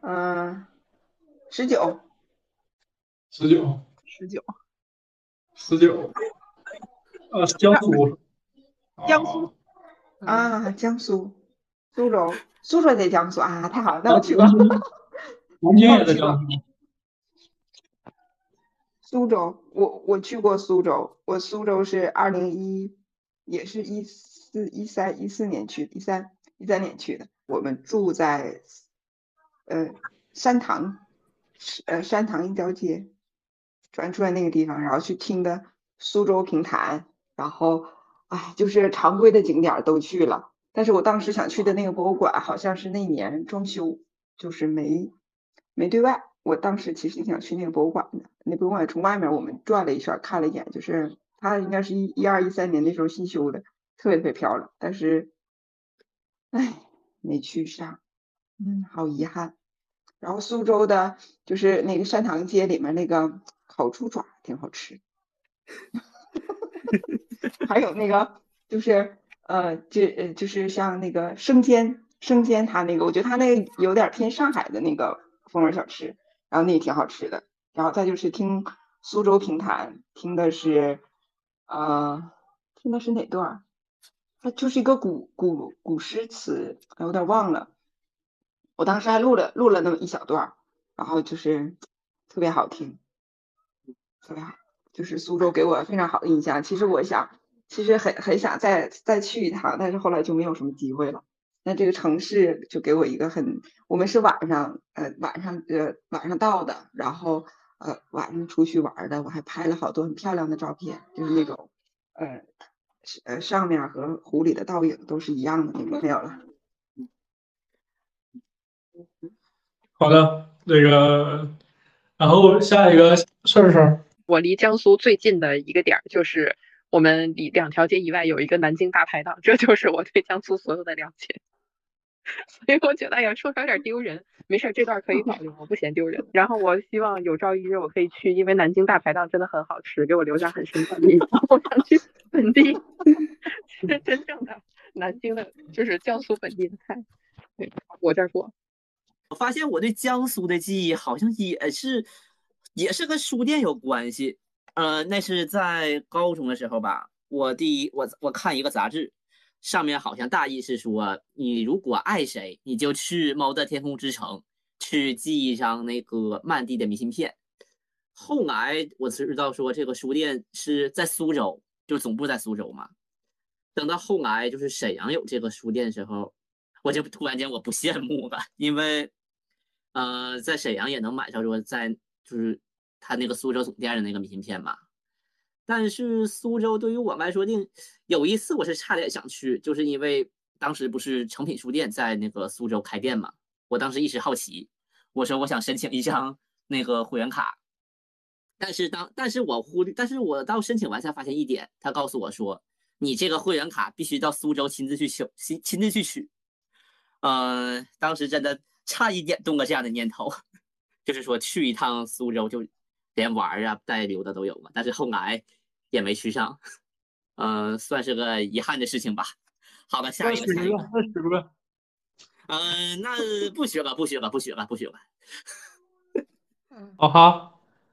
19。 19。 19， 江苏。 江苏。 江苏，苏州在江苏啊，太好了，那我去过。 南京也在江苏。 苏州，我去过苏州，我苏州是也是14年去的，13年去的。我们住在山塘一条街，转出来那个地方，然后去听的苏州评弹，然后就是常规的景点都去了。但是我当时想去的那个博物馆好像是那年装修，就是没对外。我当时其实想去那个博物馆的，那博物馆从外面我们转了一圈，看了一眼，就是它应该是12、13年那时候新修的，特别漂亮，但是没去上，好遗憾。然后苏州的就是那个山塘街里面那个烤猪爪挺好吃。还有那个就是就是像那个生煎，它那个我觉得它那个有点偏上海的那个风味小吃，然后那也挺好吃的。然后再就是听苏州评弹，听的是哪段？它就是一个古诗词，有点忘了。我当时还录了那么一小段，然后就是特别好听，特别好。就是苏州给我非常好的印象。其实很想再去一趟，但是后来就没有什么机会了。那这个城市就给我一个我们是晚上到的，然后晚上出去玩的，我还拍了好多很漂亮的照片，就是那种上面和湖里的倒影都是一样的那种。没有了。 好的，然后下一个事儿。 我离江苏最近的一个点就是我们离2条街以外有一个南京大排档，这就是我对江苏所有的了解。所以我觉得哎呀，说出来有点丢人，没事，这段可以保留，我不嫌丢人。然后我希望有朝一日我可以去，因为南京大排档真的很好吃，给我留下很深刻的印象。我想去本地吃真正的南京的，就是江苏本地的菜。对，我这儿说。 我发现我对江苏的记忆好像也是跟书店有关系。那是在高中的时候吧。我看一个杂志，上面好像大意是说，你如果爱谁，你就去猫的天空之城去寄一张那个曼蒂的明信片。后来我知道说这个书店是在苏州，就总部在苏州嘛。等到后来就是沈阳有这个书店的时候，我就突然间我不羡慕了，因为在沈阳也能买到说就是他那个苏州总店的那个明信片嘛。但是苏州对于我来说，有一次我是差点想去，就是因为当时不是诚品书店在那个苏州开店嘛，我当时一时好奇，我说我想申请一张那个会员卡。但是我到申请完才发现一点，他告诉我说，你这个会员卡必须到苏州亲自去取。当时真的差一点动了这样的念头，就是说去一趟苏州就连玩啊带溜的都有嘛。但是后来也没去上，算是个遗憾的事情吧。好的，下一个。那不学了。 哦哈。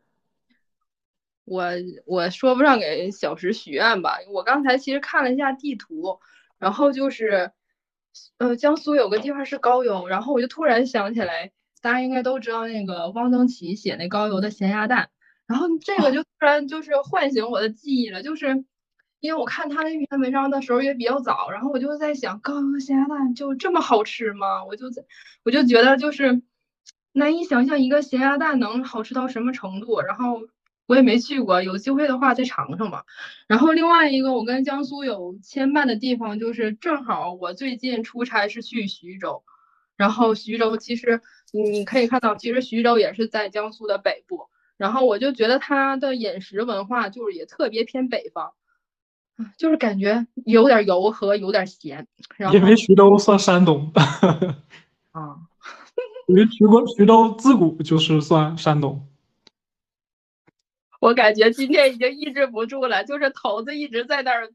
我说不上给小石许愿吧。我刚才其实看了一下地图，然后就是江苏有个地方是高邮，然后我就突然想起来，大家应该都知道那个汪曾祺写那高邮的咸鸭蛋，然后这个就突然就是唤醒我的记忆了，就是因为我看他那篇文章的时候也比较早，然后我就在想，高邮的咸鸭蛋就这么好吃吗？我就觉得就是难以想象一个咸鸭蛋能好吃到什么程度，然后我也没去过，有机会的话再尝尝吧。然后另外一个我跟江苏有牵绊的地方，就是正好我最近出差是去徐州，然后徐州其实你可以看到，其实徐州也是在江苏的北部，然后我就觉得它的饮食文化就是也特别偏北方，就是感觉有点油和有点咸。然后因为徐州算山东。因为徐州自古就是算山东。 我感觉今天已经抑制不住了，就是头子一直在那儿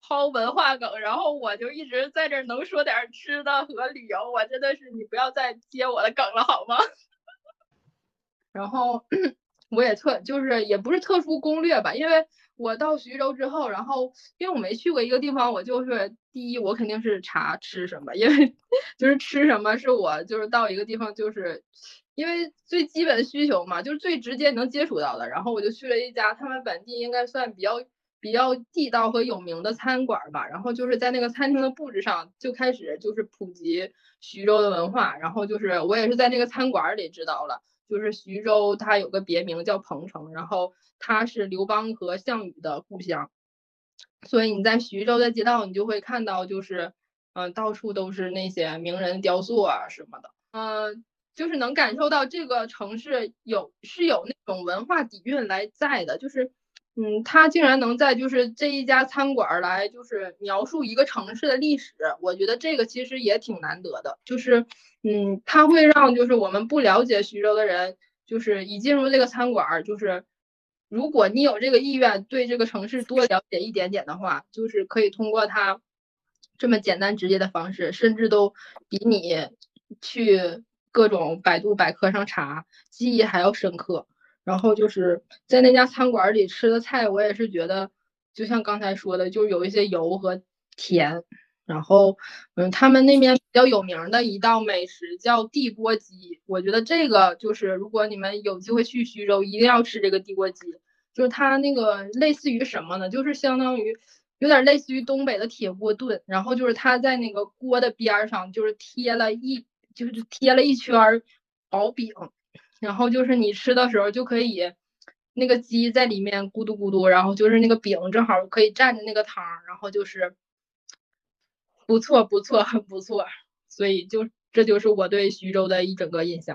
抛文化梗，然后我就一直在这儿能说点吃的和旅游，我真的是你不要再接我的梗了好吗？然后我也就是也不是特殊攻略吧，因为我到徐州之后，然后因为我没去过一个地方，我就是第一我肯定是查吃什么，因为就是吃什么是我就是到一个地方就是因为最基本的需求嘛，就是最直接能接触到的，然后我就去了一家他们本地应该算比较地道和有名的餐馆吧，然后就是在那个餐厅的布置上就开始就是普及徐州的文化，然后就是我也是在那个餐馆里知道了。就是徐州，它有个别名叫彭城，然后它是刘邦和项羽的故乡，所以你在徐州的街道，你就会看到，就是到处都是那些名人雕塑啊什么的，就是能感受到这个城市有那种文化底蕴来在的，就是他竟然能在就是这一家餐馆来就是描述一个城市的历史，我觉得这个其实也挺难得的，就是它会让就是我们不了解徐州的人，就是一进入这个餐馆，就是如果你有这个意愿对这个城市多了解一点点的话，就是可以通过它这么简单直接的方式，甚至都比你去各种百度百科上查记忆还要深刻。然后就是在那家餐馆里吃的菜，我也是觉得，就像刚才说的，就是有一些油和甜。然后，他们那边比较有名的一道美食叫地锅鸡，我觉得这个就是如果你们有机会去徐州，一定要吃这个地锅鸡。就是它那个类似于什么呢？就是相当于有点类似于东北的铁锅炖，然后就是它在那个锅的边上就是贴了一圈薄饼，然后就是你吃的时候就可以那个鸡在里面咕嘟咕嘟，然后就是那个饼正好可以蘸着那个汤，然后就是不错不错很不错，所以这就是我对徐州的一整个印象。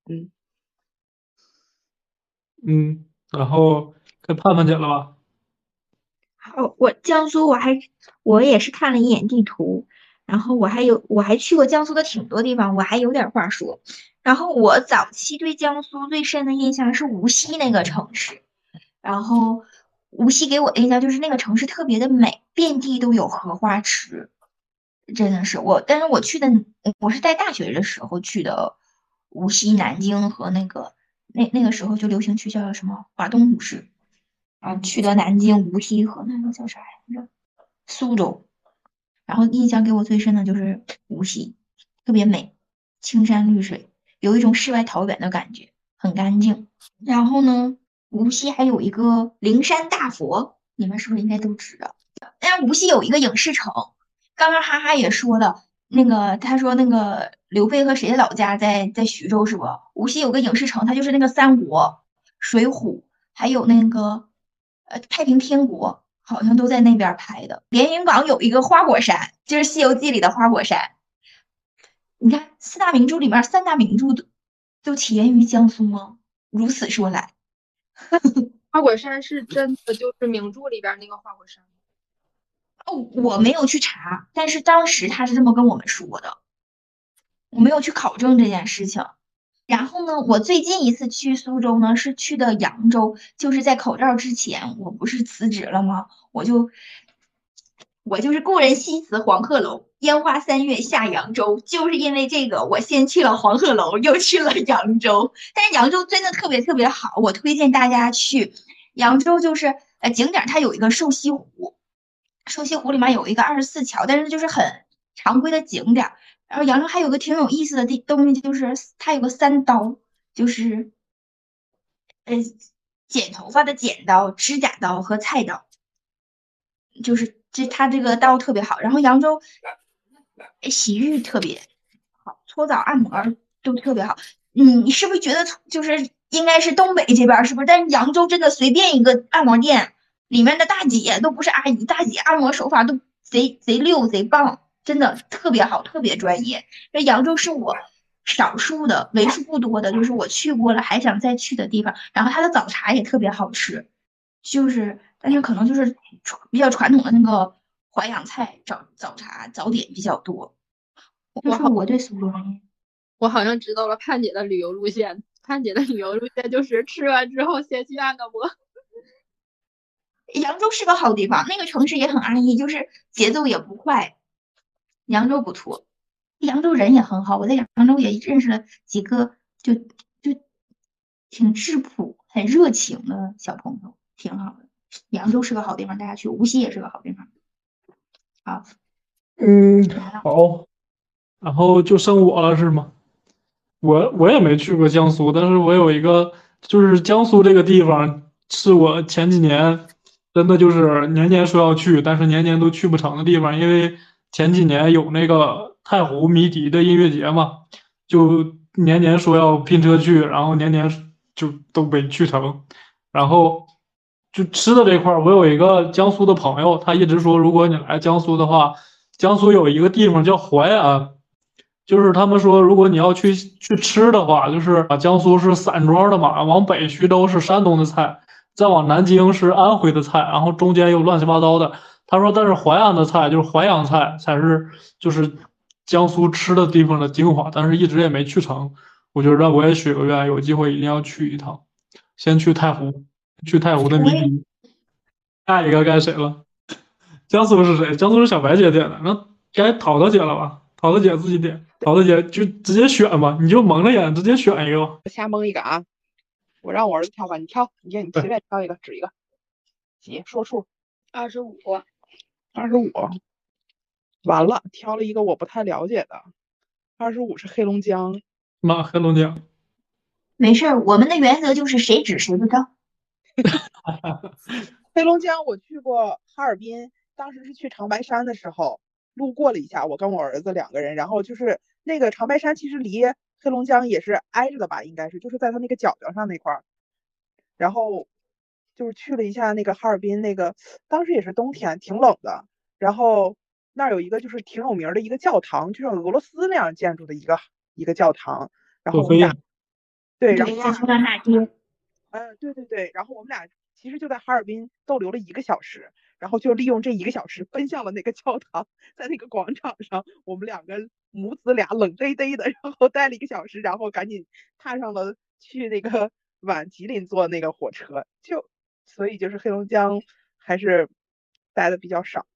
然后该盼盼姐了吧？ 好，我江苏我也是看了一眼地图，然后我还去过江苏的挺多地方，我还有点话说。然后我早期对江苏最深的印象是无锡那个城市，然后无锡给我的印象就是那个城市特别的美，遍地都有荷花池，真的是但是我是在大学的时候去的无锡、南京和那个时候就流行去叫什么华东五市。去的南京、无锡和那个叫啥来着，苏州。然后印象给我最深的就是无锡，特别美，青山绿水，有一种世外桃源的感觉，很干净。然后呢，无锡还有一个灵山大佛，你们是不是应该都知道？但是无锡有一个影视城，刚刚哈哈也说了，他说那个刘备和谁的老家在徐州是不？无锡有个影视城，它就是那个三国、水浒，还有那个太平天国，好像都在那边拍的。连云港有一个花果山，就是《西游记》里的花果山。你看四大名著里面三大名著都起源于江苏吗？如此说来， 花果山是真的就是名著里边那个花果山吗？ 我没有去查，但是当时他是这么跟我们说的，我没有去考证这件事情。然后呢，我最近一次去苏州呢，是去的扬州，就是在口罩之前，我不是辞职了吗？我就是故人西辞黄鹤楼，烟花三月下扬州，就是因为这个，我先去了黄鹤楼，又去了扬州。但是扬州真的特别特别好，我推荐大家去扬州，就是景点它有一个瘦西湖，瘦西湖里面有一个24桥，但是就是很常规的景点。然后扬州还有个挺有意思的东西，就是它有个三刀，就是剪头发的剪刀、指甲刀和菜刀，就是它这个刀特别好。然后扬州洗浴特别好，搓澡按摩都特别好。你是不是觉得就是应该是东北这边是不是？但是扬州真的随便一个按摩店里面的大姐都不是阿姨，大姐按摩手法都贼溜贼棒。真的特别好，特别专业。这扬州是我少数的、为数不多的，就是我去过了还想再去的地方。然后它的早茶也特别好吃，但是可能就是比较传统的那个淮扬菜早茶早点比较多。我对苏州的印象。 我好像知道了盼姐的旅游路线。盼姐的旅游路线就是吃完之后先去按个摩。 扬州是个好地方，那个城市也很安逸，就是节奏也不快。扬州不错，扬州人也很好，我在扬州也认识了几个就挺质朴、很热情的小朋友，挺好的。扬州是个好地方，大家去。无锡也是个好地方。好，完了。 好，然后就剩我了是吗？我也没去过江苏，但是我有一个，就是江苏这个地方，是我前几年真的就是年年说要去，但是年年都去不成的地方。因为前几年有那个太湖迷笛的音乐节嘛，就年年说要拼车去，然后年年就都没去成。然后就吃的这块儿，我有一个江苏的朋友，他一直说，如果你来江苏的话，江苏有一个地方叫淮安。就是他们说，如果你要去吃的话，就是江苏是散装的嘛，往北徐州是山东的菜，再往南京是安徽的菜，然后中间又乱七八糟的。他说，但是淮安的菜就是淮扬菜，才是就是江苏吃的地方的精华，但是一直也没去成。我觉得我也许个愿，有机会一定要去一趟。先去太湖，去太湖的迷笛。下一个该谁了？江苏是谁？江苏是小白姐点的，那该淘淘姐了吧？淘淘姐自己点，淘淘姐就直接选吧，你就蒙着眼直接选一个吧。 我瞎蒙一个啊！我让我儿子挑吧，你挑，你随便挑一个，指一个，几说数 25。 25。完了，挑了一个我不太了解的，25是黑龙江。 妈，黑龙江。 没事儿，我们的原则就是谁指谁不招。 黑龙江我去过哈尔滨，当时是去长白山的时候路过了一下，我跟我儿子2个人，然后就是那个长白山其实离黑龙江也是挨着的吧，应该是就是在它那个角上那块儿，然后就是去了一下那个哈尔滨，那个当时也是冬天，挺冷的，然后那儿有一个就是挺有名的一个教堂，就像俄罗斯那样建筑的一个教堂，然后我们俩对，然后在苏丹大街。 对对对，然后我们俩其实就在哈尔滨逗留了1个小时，然后就利用这1个小时奔向了那个教堂，在那个广场上，我们2个母子俩冷嘚嘚的，然后待了1个小时，然后赶紧踏上了去那个往吉林坐那个火车，所以就是黑龙江还是待的比较少。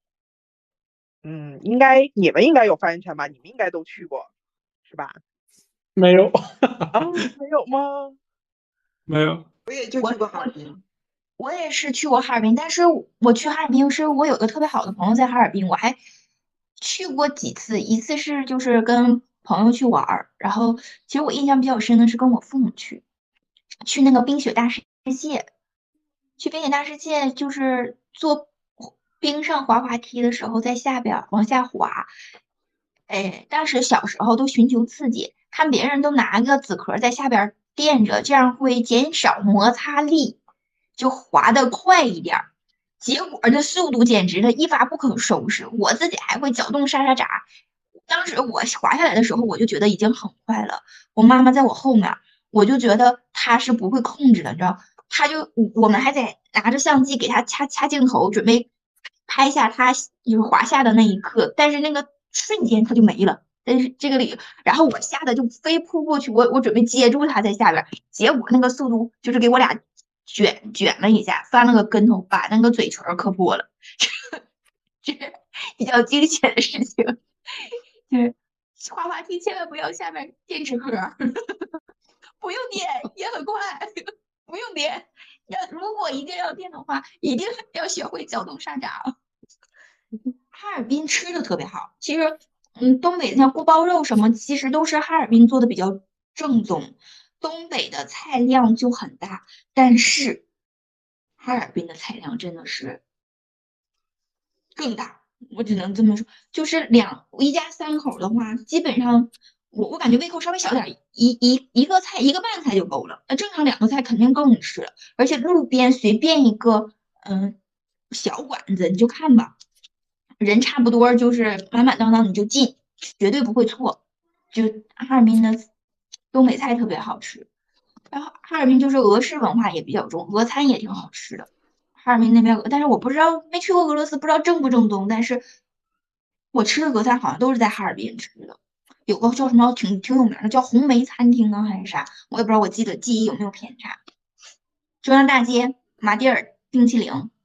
你们应该有发言权吧？你们应该都去过，是吧？ 没有。 没有吗？ 没有。 我也就去过哈尔滨。 我也是去过哈尔滨，但是我去哈尔滨是我有个特别好的朋友在哈尔滨，我还去过几次，一次是就是跟朋友去玩儿，然后其实我印象比较深的是跟我父母去那个冰雪大世界，去冰雪大世界就是坐冰上滑滑梯的时候，在下边往下滑，当时小时候都寻求刺激，看别人都拿个纸壳在下边垫着，这样会减少摩擦力，就滑得快一点儿。结果这速度简直的一发不可收拾，我自己还会搅动沙沙闸。当时我滑下来的时候，我就觉得已经很快了。我妈妈在我后面，我就觉得她是不会控制的，你知道，我们还得拿着相机给她掐镜头，准备拍下她就是滑下的那一刻，但是那个瞬间她就没了。但是这个里，然后我吓得就飞扑过去，我准备接住她在下边，结果那个速度就是给我俩卷了一下，翻了个跟头，把那个嘴唇磕破了，这比较惊险的事情。就是滑滑梯千万不要下面电池盒，不用电也很快，不用电。如果一定要电的话，一定要学会搅动沙闸。哈尔滨吃的特别好，其实东北像锅包肉什么，其实都是哈尔滨做的比较正宗。东北的菜量就很大，但是哈尔滨的菜量真的是更大，我只能这么说。就是一家3口的话，基本上我感觉胃口稍微小点，一个菜一个半菜就够了。正常2个菜肯定够你吃了，而且路边随便一个小馆子你就看吧，人差不多就是满满当当你就进，绝对不会错。就哈尔滨的东北菜特别好吃，然后哈尔滨就是俄式文化也比较重，俄餐也挺好吃的。哈尔滨那边，但是我不知道，没去过俄罗斯，不知道正不正宗。但是我吃的俄餐好像都是在哈尔滨吃的，有个叫什么挺有名的，叫红梅餐厅啊还是啥，我也不知道，我记忆有没有偏差。中央大街、马迭尔冰淇淋，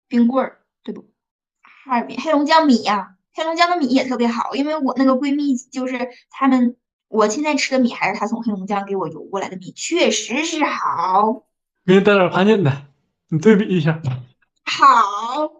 冰棍儿，对不？哈尔滨黑龙江米呀、黑龙江的米也特别好，因为我那个闺蜜就是他们，我现在吃的米还是她从黑龙江给我邮过来的米，确实是好。 给你带点盘锦的，你对比一下。 好，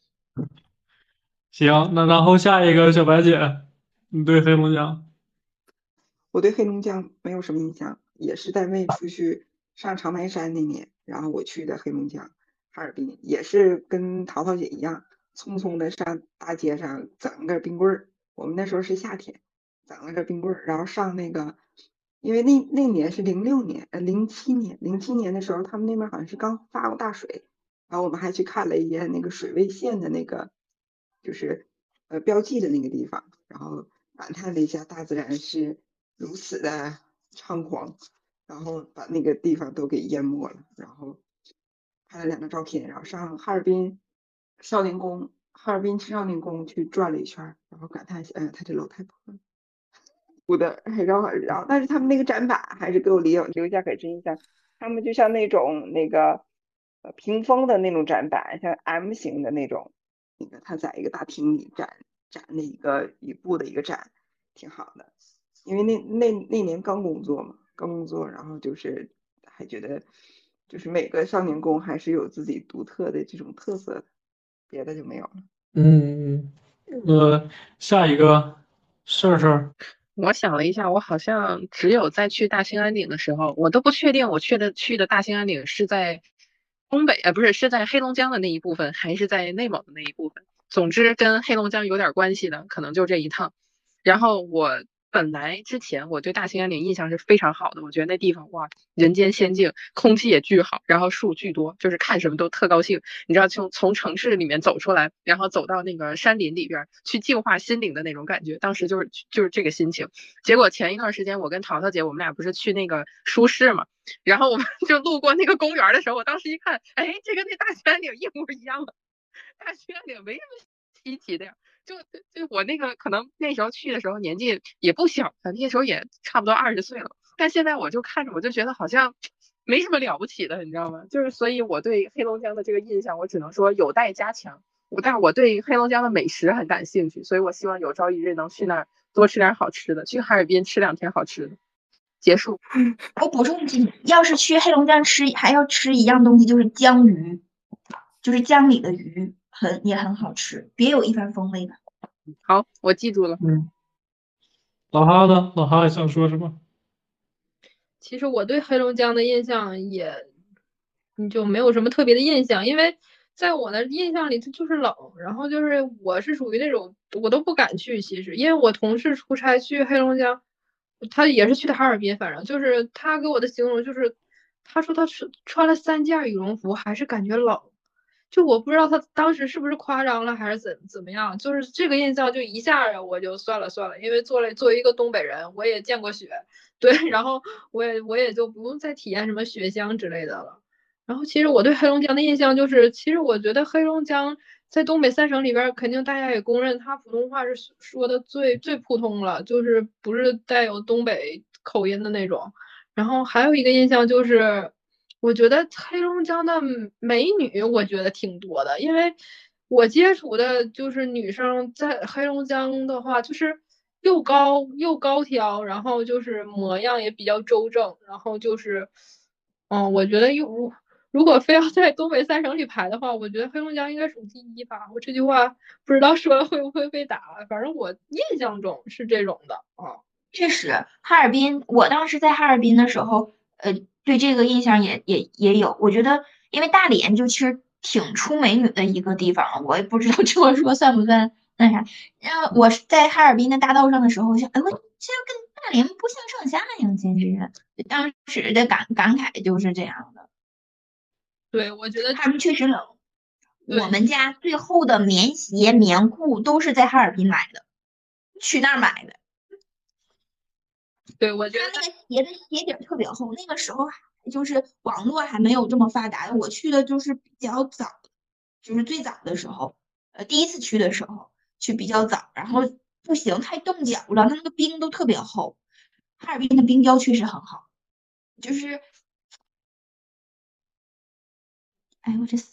行，那然后下一个小白姐，你对黑龙江？ 我对黑龙江没有什么印象，也是在妹出去上长白山那年，然后我去的黑龙江哈尔滨，也是跟淘淘姐一样，匆匆的上大街上整个冰棍儿。我们那时候是夏天，整了个冰棍儿，然后上那个，因为那年是06年，07年的时候，他们那边好像是刚发过大水，然后我们还去看了一眼那个水位线的那个，就是标记的那个地方，然后感叹了一下大自然是如此的猖狂，然后把那个地方都给淹没了，然后拍了2张照片，然后上哈尔滨少年宫，哈尔滨少年宫去转了一圈，然后感叹一下，哎呀，他这楼太破了，哭的很绕很绕。但是他们那个展板还是给我留下很深印象，他们就像那种那个屏风的那种展板，像 M 型的那种，那个他在一个大厅里展了一部的一个展，挺好的。因为那年刚工作嘛，刚工作，然后就是还觉得，就是每个少年宫还是有自己独特的这种特色的，别的就没有了。 嗯，下一个事儿， 我想了一下，我好像只有在去大兴安岭的时候，我都不确定我去的大兴安岭是在东北，不是，是在黑龙江的那一部分，还是在内蒙的那一部分。总之跟黑龙江有点关系的，可能就这一趟。然后我本来之前我对大兴安岭印象是非常好的，我觉得那地方哇，人间仙境，空气也巨好，然后树巨多，就是看什么都特高兴。你知道从城市里面走出来，然后走到那个山林里边去净化心灵的那种感觉，当时就是这个心情。结果前一段时间我跟淘淘姐我们俩不是去那个书市嘛，然后我们就路过那个公园的时候，我当时一看，哎，这跟那大兴安岭一模一样的。大兴安岭没什么稀奇的呀，就我那个可能那时候去的时候年纪也不小了，那时候也差不多20岁了，但现在我就看着我就觉得好像没什么了不起的，你知道吗？就是所以我对黑龙江的这个印象，我只能说有待加强。但是我对黑龙江的美食很感兴趣，所以我希望有朝一日能去那儿多吃点好吃的，去哈尔滨吃2天好吃的。结束。 我补充一句，要是去黑龙江吃，还要吃一样东西，就是江鱼，就是江里的鱼，也很好吃，别有一番风味吧。 好，我记住了。 老哈呢？老哈也想说什么？ 其实我对黑龙江的印象就没有什么特别的印象，因为在我的印象里它就是冷，然后就是我是属于那种我都不敢去，其实因为我同事出差去黑龙江，他也是去的哈尔滨，反正就是他给我的形容就是，他说他穿了3件羽绒服还是感觉冷，就我不知道他当时是不是夸张了还是怎么样，就是这个印象就一下我就算了，因为作为一个东北人，我也见过雪，对，然后我也就不用再体验什么雪乡之类的了。然后其实我对黑龙江的印象就是，其实我觉得黑龙江在东北3省里边，肯定大家也公认他普通话是说的最普通了，就是不是带有东北口音的那种。然后还有一个印象就是，我觉得黑龙江的美女，我觉得挺多的，因为我接触的就是女生在黑龙江的话，就是又高又高挑，然后就是模样也比较周正，然后就是，我觉得如果非要在东北3省里排的话，我觉得黑龙江应该属第一吧。我这句话不知道说了会不会被打，反正我印象中是这种的啊。 确实，哈尔滨，我当时在哈尔滨的时候，对这个印象也有。我觉得，因为大连就其实挺出美女的一个地方，我也不知道这么说算不算那啥。然后我是在哈尔滨的大道上的时候，想，哎，我这跟大连不相上下呀，简直是！当时的感慨就是这样的。 对，我觉得哈尔滨确实冷。 对我们家最厚的棉鞋、棉裤都是在哈尔滨买的，去那儿买的。 对，我觉得它那个鞋的鞋底儿特别厚，那个时候就是网络还没有这么发达，我去的就是比较早，就是最早的时候，第一次去的时候去比较早，然后不行，太冻脚了，它那个冰都特别厚。哈尔滨的冰雕确实很好，就是，哎，我这死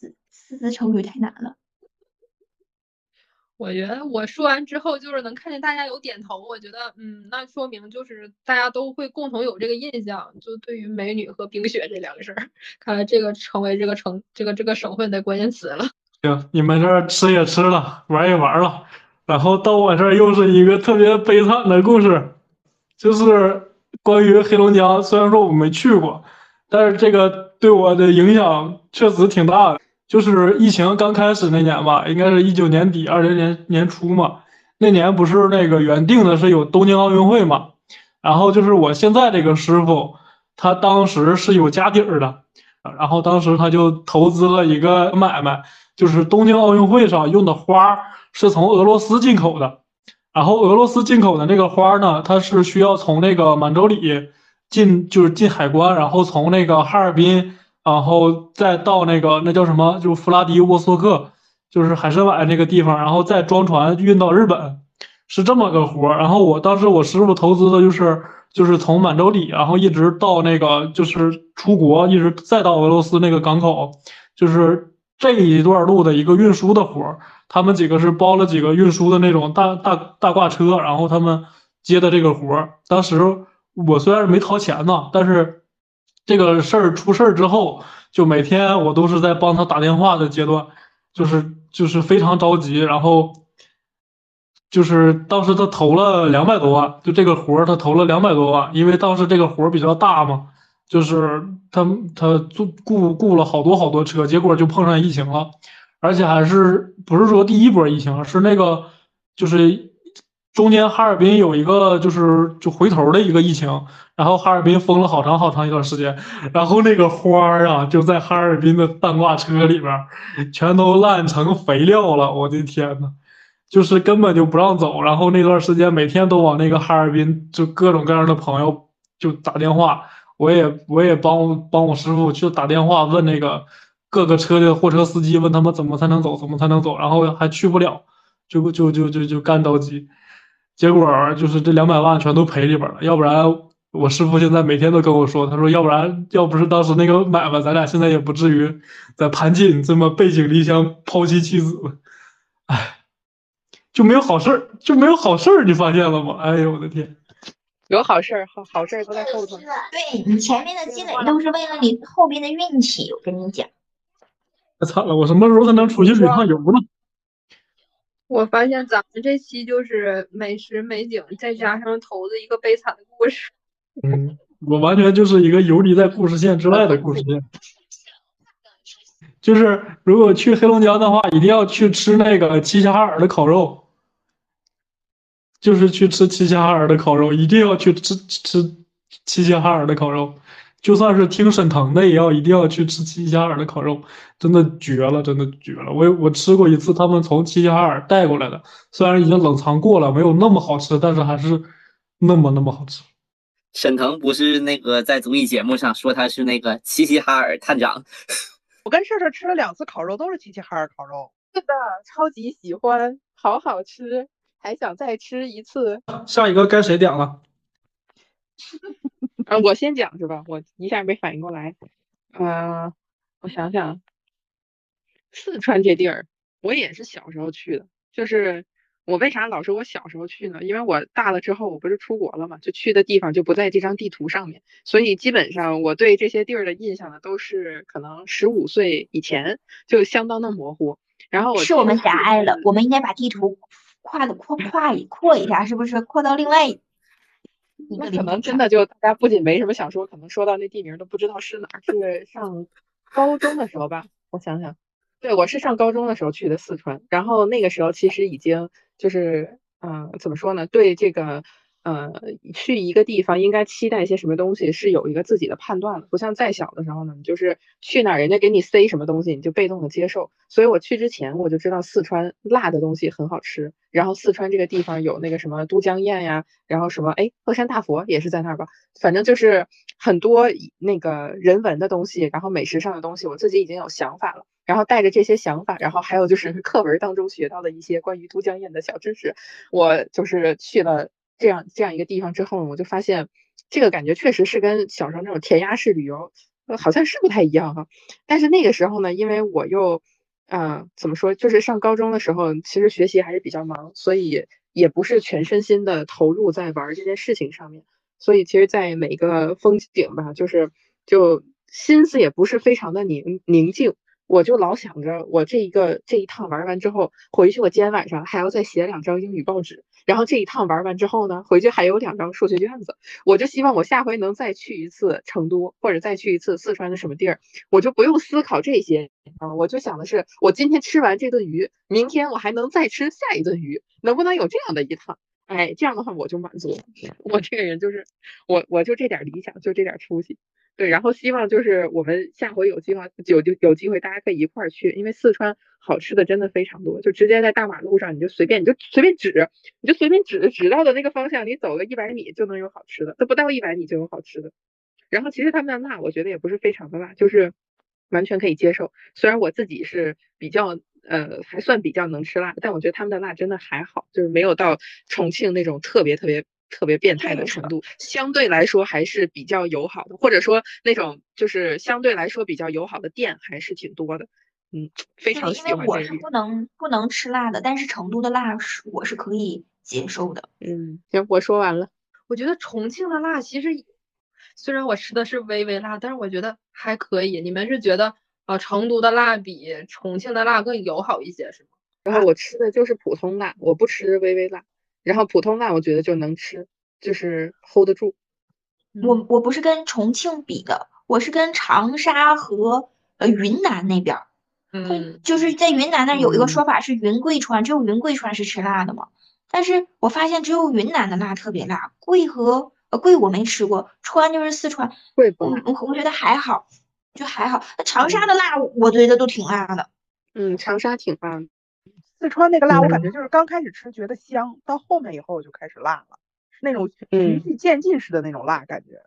四字成语太难了。 我觉得我说完之后，就是能看见大家有点头，我觉得，那说明就是大家都会共同有这个印象，就对于美女和冰雪这两个事儿，看来这个成为这个省会的关键词了。 行，你们这儿吃也吃了，玩也玩了，然后到我这儿又是一个特别悲惨的故事，就是关于黑龙江。虽然说我没去过，但是这个对我的影响确实挺大的。就是疫情刚开始那年吧，应该是19年底20年年初嘛。那年不是那个原定的是有东京奥运会嘛，然后就是我现在这个师傅，他当时是有家底儿的，然后当时他就投资了一个买卖，就是东京奥运会上用的花是从俄罗斯进口的。然后俄罗斯进口的那个花呢，它是需要从那个满洲里就是进海关，然后从那个哈尔滨，然后再到那个那叫什么，就弗拉迪沃斯托克，就是海参崴那个地方，然后再装船运到日本，是这么个活。然后我当时我师傅投资的就是从满洲里，然后一直到那个就是出国，一直再到俄罗斯那个港口，就是这一段路的一个运输的活。他们几个是包了几个运输的那种大挂车，然后他们接的这个活儿。当时我虽然是没掏钱呢，但是这个事儿出事儿之后，就每天我都是在帮他打电话的阶段，就是非常着急。然后就是当时他投了200多万，就这个活儿他投了200多万，因为当时这个活儿比较大嘛，就是他雇了好多好多车，结果就碰上疫情了。而且还是不是说第一波疫情，是那个就是中间哈尔滨有一个就回头的一个疫情，然后哈尔滨封了好长好长一段时间，然后那个花儿啊就在哈尔滨的担挂车里边全都烂成肥料了，我的天呐，就是根本就不让走。然后那段时间每天都往那个哈尔滨就各种各样的朋友就打电话，我也帮我师傅去打电话问那个各个车的货车司机，问他们怎么才能走，怎么才能走，然后还去不了，就干着急。结果就是这200万全都赔里边了，要不然我师傅现在每天都跟我说，他说要不是当时那个买卖，咱俩现在也不至于在盘锦这么背井离乡抛妻弃子。哎，就没有好事儿，就没有好事儿，你发现了吗？哎呦我的天！ 有好事儿，好事儿都在后头。 对，你前面的积累都是为了你后边的运气，我跟你讲。 太惨了，我什么时候才能出去旅趟游呢？ 我发现咱们这期就是美食美景，再加上投的一个悲惨的故事。 我完全就是一个游离在故事线之外的故事线。就是如果去黑龙江的话，一定要去吃那个齐齐哈尔的烤肉，就是去吃齐齐哈尔的烤肉，一定要去吃齐齐哈尔的烤肉。就算是听沈腾的，一定要去吃齐齐哈尔的烤肉，真的绝了，真的绝了。我吃过一次，他们从齐齐哈尔带过来的，虽然已经冷藏过了，没有那么好吃，但是还是那么好吃。 沈腾不是那个在综艺节目上说他是那个齐齐哈尔探长？ 我跟社社吃了2次烤肉，都是齐齐哈尔烤肉。 是的，超级喜欢，好好吃，还想再吃一次。 下一个该谁点了？ 我先讲是吧？我一下没反应过来。我想想，四川这地儿，我也是小时候去的。就是我为啥老说我小时候去呢？因为我大了之后，我不是出国了嘛，就去的地方就不在这张地图上面，所以基本上我对这些地儿的印象呢，都是可能15岁以前，就相当的模糊。然后是我们狭隘了，我们应该把地图扩一下，是不是扩到另外一个可能真的就大家不仅没什么想说，可能说到那地名都不知道是哪儿。是上高中的时候吧，我想想，对，我是上高中的时候去的四川，然后那个时候其实已经就是怎么说呢，对这个去一个地方应该期待一些什么东西是有一个自己的判断的，不像再小的时候呢，你就是去哪儿人家给你塞什么东西你就被动的接受。所以我去之前我就知道四川辣的东西很好吃，然后四川这个地方有那个什么都江堰呀，然后什么乐山大佛也是在那儿吧，反正就是很多那个人文的东西，然后美食上的东西我自己已经有想法了。然后带着这些想法，然后还有就是课文当中学到的一些关于都江堰的小知识，我就是去了这样一个地方之后，我就发现这个感觉确实是跟小时候那种填鸭式旅游好像是不太一样哈。但是那个时候呢，因为我又怎么说，就是上高中的时候，其实学习还是比较忙，所以也不是全身心的投入在玩这件事情上面。所以其实，在每个风景吧，就心思也不是非常的宁静。我就老想着，我这一趟玩完之后，回去我今天晚上还要再写2张英语报纸，然后这一趟玩完之后呢，回去还有2张数学卷子。我就希望我下回能再去一次成都，或者再去一次四川的什么地儿，我就不用思考这些我就想的是，我今天吃完这顿鱼，明天我还能再吃下一顿鱼，能不能有这样的一趟？哎，这样的话我就满足了。我这个人就是我就这点理想，就这点出息。对，然后希望就是我们下回有计划有机会，大家可以一块儿去，因为四川好吃的真的非常多，就直接在大马路上，你就随便指到的那个方向，你走个100米就能有好吃的，都不到100米就有好吃的。然后其实他们的辣，我觉得也不是非常的辣，就是完全可以接受。虽然我自己是比较还算比较能吃辣，但我觉得他们的辣真的还好，就是没有到重庆那种特别变态的程度，相对来说还是比较友好的，或者说那种就是相对来说比较友好的店还是挺多的。非常对，因为喜欢这一点。 我是不能吃辣的，但是成都的辣我是可以接受的。 行，我说完了。 我觉得重庆的辣其实虽然我吃的是微微辣，但是我觉得还可以。你们是觉得成都的辣比重庆的辣更友好一些是吗？ 然后我吃的就是普通辣，我不吃微微辣。然后普通辣我觉得就能吃，就是 hold 得住。 我不是跟重庆比的，我是跟长沙和云南那边儿。就是在云南那儿有一个说法是云贵川，只有云贵川是吃辣的嘛。但是我发现只有云南的辣特别辣，贵我没吃过，川就是四川， 贵不？ 我觉得还好，就还好。那长沙的辣我觉得都挺辣的。 长沙挺辣的。 四川那个辣，我感觉就是刚开始吃觉得香，到后面以后就开始辣了，是那种循序渐进式的那种辣感觉。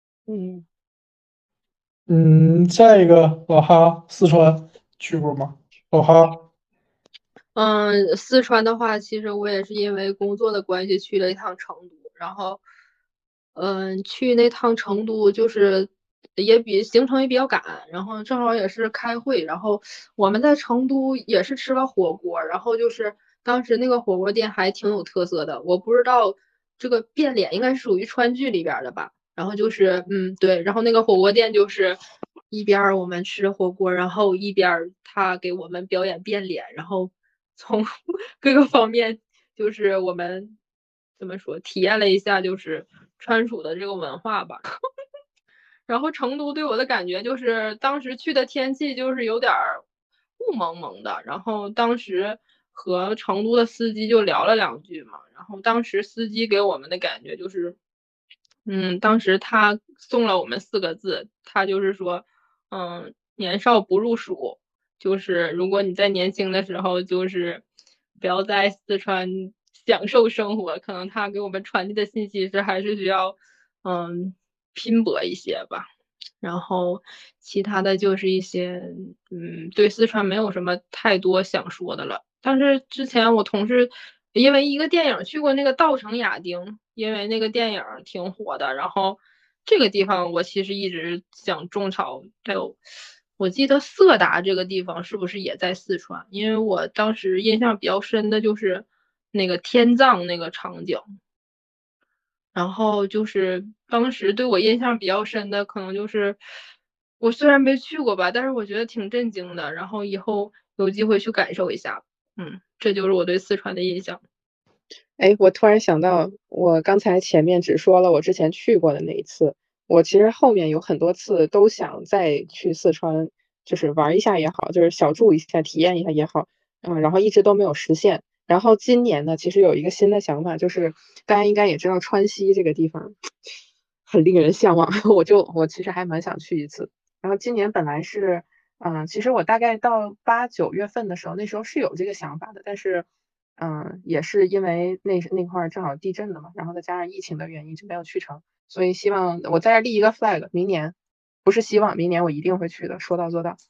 再一个老哈，四川去过吗？老哈， 四川的话，其实我也是因为工作的关系去了一趟成都，然后去那趟成都就是行程也比较赶，然后正好也是开会，然后我们在成都也是吃了火锅，然后就是当时那个火锅店还挺有特色的，我不知道这个变脸应该是属于川剧里边的吧，然后就是对，然后那个火锅店就是一边我们吃火锅，然后一边他给我们表演变脸，然后从各个方面就是我们怎么说体验了一下就是川蜀的这个文化吧。然后成都对我的感觉就是当时去的天气就是有点雾蒙蒙的，然后当时和成都的司机就聊了2句嘛，然后当时司机给我们的感觉就是当时他送了我们4个字，他就是说年少不入蜀，就是如果你在年轻的时候就是不要在四川享受生活，可能他给我们传递的信息是还是需要拼搏一些吧。然后其他的就是一些对四川没有什么太多想说的了。但是之前我同事因为一个电影去过那个稻城亚丁，因为那个电影挺火的，然后这个地方我其实一直想种草。还有我记得色达这个地方是不是也在四川？因为我当时印象比较深的就是那个天葬那个场景。然后就是当时对我印象比较深的，可能就是我虽然没去过吧，但是我觉得挺震惊的。然后以后有机会去感受一下。这就是我对四川的印象。 哎，我突然想到，我刚才前面只说了我之前去过的那一次，我其实后面有很多次都想再去四川，就是玩一下也好，就是小住一下体验一下也好，然后一直都没有实现。然后今年呢，其实有一个新的想法，就是大家应该也知道川西这个地方很令人向往，我其实还蛮想去一次。然后今年本来是，其实我大概到8、9月份的时候，那时候是有这个想法的，但是，也是因为那块儿正好地震了嘛，然后再加上疫情的原因就没有去成。所以希望我在这立一个 flag，明年不是希望，明年我一定会去的，说到做到。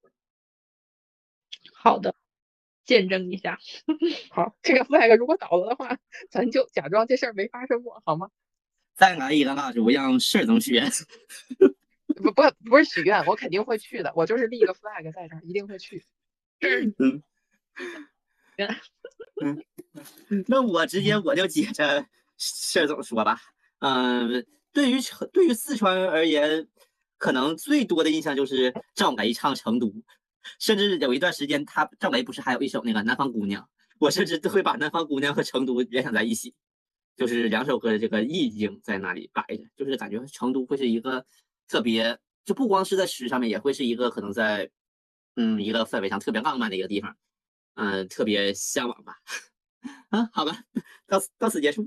好的，见证一下。 好，这个 flag 如果倒了的话，咱就假装这事儿没发生过，好吗？ 再来一个蜡烛，让事儿能许愿。 不是许愿，我肯定会去的，我就是立一个 flag 在这儿，一定会去。 嗯那我直接我就接着谢总说吧。对于四川而言，可能最多的印象就是赵雷唱《成都》，甚至有一段时间赵雷不是还有一首那个《南方姑娘》，我甚至都会把《南方姑娘》和《成都》联想在一起，就是两首歌的这个意境在那里摆着，就是感觉成都会是一个特别，就不光是在诗上面，也会是一个可能在一个氛围上特别浪漫的一个地方，特别向往吧。好吧，到此结束。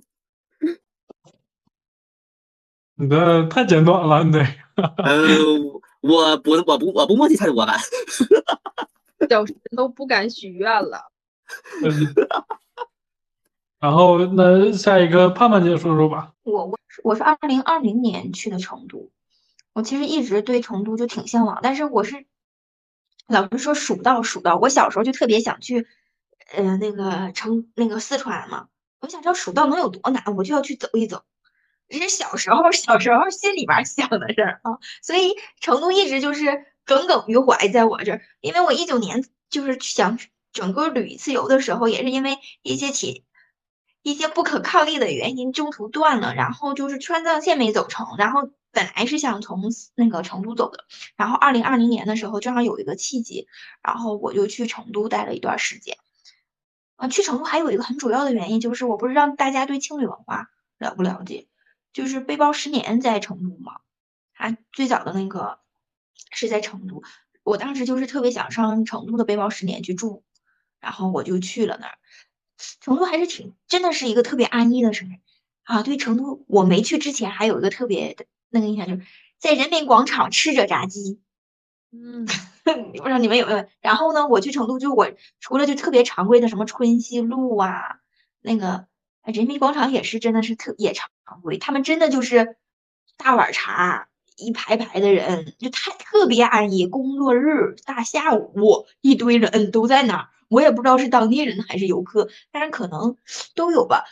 你的太简短了，你这我不墨迹太多吧。 小神都不敢许愿了。 然后那下一个盼盼姐说说吧。 我是2020年去的成都，我其实一直对成都就挺向往，但是我是老是说蜀道，我小时候就特别想去，那个四川嘛，我想知道蜀道能有多难，我就要去走一走。这是小时候心里面想的事儿啊，所以成都一直就是耿耿于怀在我这儿。因为我19年就是想整个旅一次游的时候，也是因为一些不可抗力的原因中途断了，然后就是川藏线没走成，然后本来是想从那个成都走的，然后2020年的时候正好有一个契机，然后我就去成都待了一段时间。去成都还有一个很主要的原因就是我不知道大家对青旅文化了不了解。就是背包10年在成都嘛，它最早的那个是在成都，我当时就是特别想上成都的背包10年去住，然后我就去了那儿。成都还是真的是一个特别安逸的城市啊。对成都，我没去之前还有一个特别的那个印象，就是在人民广场吃着炸鸡。不知道你们有没有？然后呢，我去成都就我除了就特别常规的什么春熙路啊，那个人民广场也是真的是也常规，他们真的就是大碗茶，一排排的人，就特别安逸。工作日大下午，一堆人都在那儿，我也不知道是当地人还是游客，但是可能都有吧。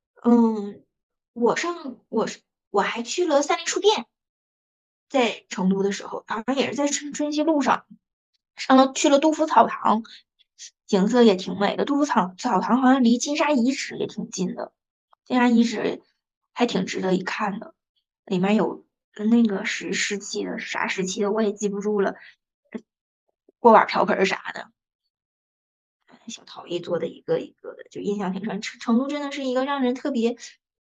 我还去了三菱书店，在成都的时候，好像也是在春熙路上。去了杜甫草堂，景色也挺美的。杜甫草堂好像离金沙遗址也挺近的，金沙遗址还挺值得一看的，里面有那个石器的，啥时期的我也记不住了，锅碗瓢盆啥的，小陶艺做的一个一个的，就印象挺深。成都真的是一个让人特别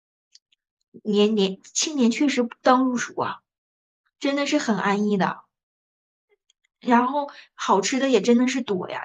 青年确实当入蜀啊，真的是很安逸的。然后好吃的也真的是多呀，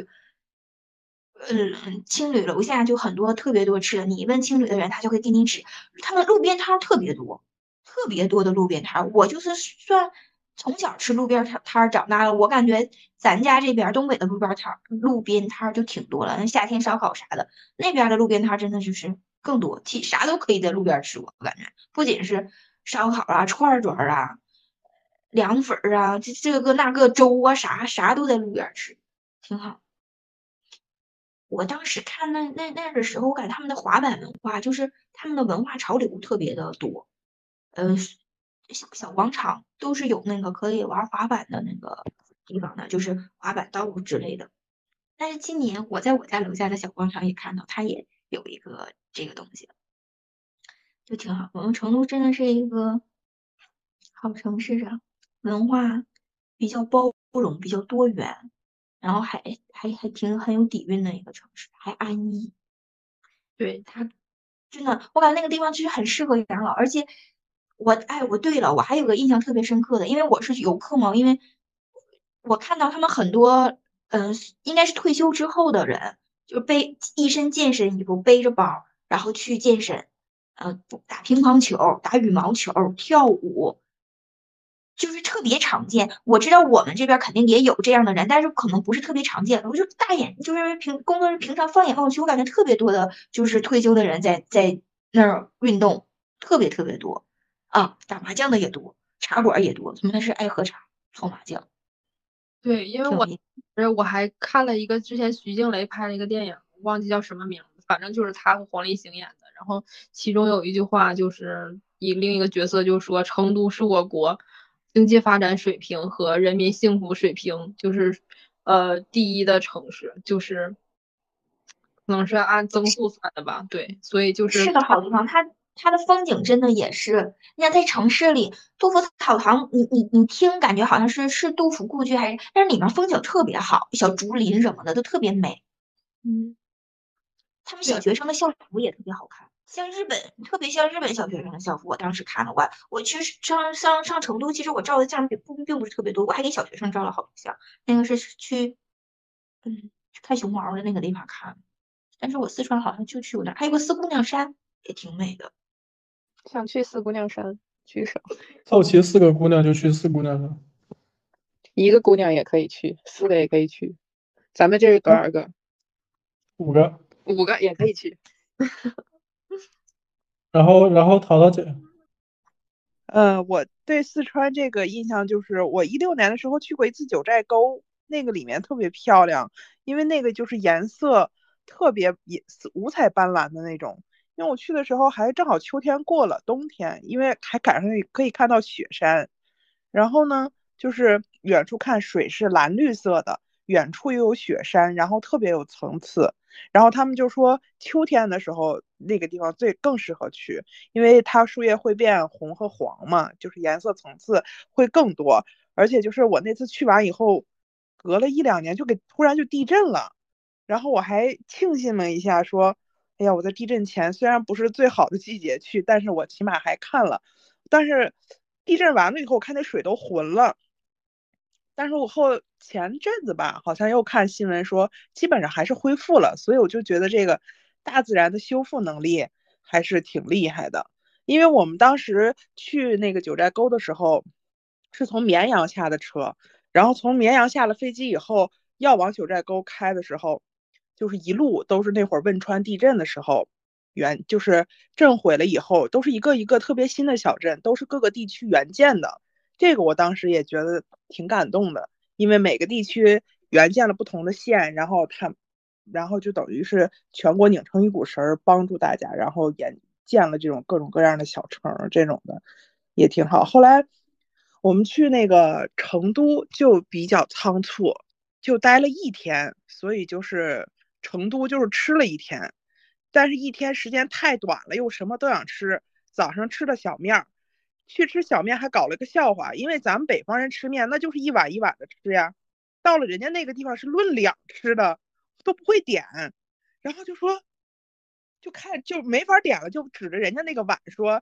青旅楼下就很多特别多吃的，你一问青旅的人，他就会给你指，他们路边摊特别多，特别多的路边摊。我就是算从小吃路边摊长大了，我感觉咱家这边东北的路边摊就挺多了，那夏天烧烤啥的，那边的路边摊真的就是更多，啥都可以在路边吃。我感觉不仅是烧烤啊、串啊、凉粉啊，这个那个粥啊，啥都在路边吃，挺好。我当时看那个时候，我感觉他们的滑板文化，就是他们的文化潮流特别的多。小广场都是有那个可以玩滑板的那个地方的，就是滑板道路之类的。但是今年我在我家楼下的小广场也看到，它也有一个这个东西，就挺好。我们成都真的是一个好城市啊，文化比较包容，比较多元。然后还很有底蕴的一个城市，还安逸。对，它真的，我感觉那个地方其实很适合养老。而且对了，我还有个印象特别深刻的，因为我是游客嘛，因为我看到他们很多应该是退休之后的人，就背一身健身衣服，背着包，然后去健身，打乒乓球、打羽毛球、跳舞。就是特别常见。我知道我们这边肯定也有这样的人，但是可能不是特别常见。我就大眼，就是工作日平常放眼望去，我感觉特别多的，就是退休的人在那儿运动，特别特别多啊。打麻将的也多，茶馆也多，他们是爱喝茶、搓麻将。 对，因为我还看了一个之前徐静蕾拍了一个电影，忘记叫什么名字，反正就是他和黄立行演的。然后其中有一句话就是以另一个角色就说，成都是我国经济发展水平和人民幸福水平就是第一的城市，就是可能是按增速算的吧。对，所以就是是个好地方，它的风景真的也是，你看在城市里，杜甫草堂，你听感觉好像是杜甫故居还是，但是里面风景特别好，小竹林什么的都特别美。他们小学生的校服也特别好看，特别像日本小学生的校服。我当时看了，我去上成都，其实我照的相并不是特别多，我还给小学生照了好多相。那个是去看熊猫的那个地方看，但是我四川好像就去过那儿，还有个四姑娘山也挺美的。 想去四姑娘山，举手。 凑齐4个姑娘就去4姑娘山， 一个姑娘也可以去，4个也可以去。咱们这是多少个 5个。 ？5个也可以去。 然后淘淘姐， 我对四川这个印象就是我16年的时候去过一次九寨沟，那个里面特别漂亮，因为那个就是颜色特别五彩斑斓的那种。因为我去的时候还正好秋天过了冬天，因为还赶上可以看到雪山。然后呢，就是远处看水是蓝绿色的，远处又有雪山，然后特别有层次。然后他们就说秋天的时候那个地方更适合去，因为它树叶会变红和黄嘛，就是颜色层次会更多。而且就是我那次去完以后，隔了1、2年突然就地震了，然后我还庆幸了一下，说，哎呀，我在地震前虽然不是最好的季节去，但是我起码还看了。但是地震完了以后，我看那水都浑了。但是我前阵子吧，好像又看新闻说，基本上还是恢复了，所以我就觉得这个大自然的修复能力还是挺厉害的。因为我们当时去那个九寨沟的时候，是从绵阳下的车，然后从绵阳下了飞机以后，要往九寨沟开的时候，就是一路都是那会儿汶川地震的时候，就是震毁了以后，都是一个一个特别新的小镇，都是各个地区援建的。这个我当时也觉得挺感动的，因为每个地区援建了不同的县，然后就等于是全国拧成一股绳，帮助大家，然后建了这种各种各样的小城，这种的也挺好。后来我们去那个成都就比较仓促，就待了1天，所以就是成都就是吃了1天，但是1天时间太短了，又什么都想吃。早上吃的小面，去吃小面还搞了个笑话，因为咱们北方人吃面那就是一碗一碗的吃呀，到了人家那个地方是论两吃的，都不会点，然后就说就没法点了，就指着人家那个碗说，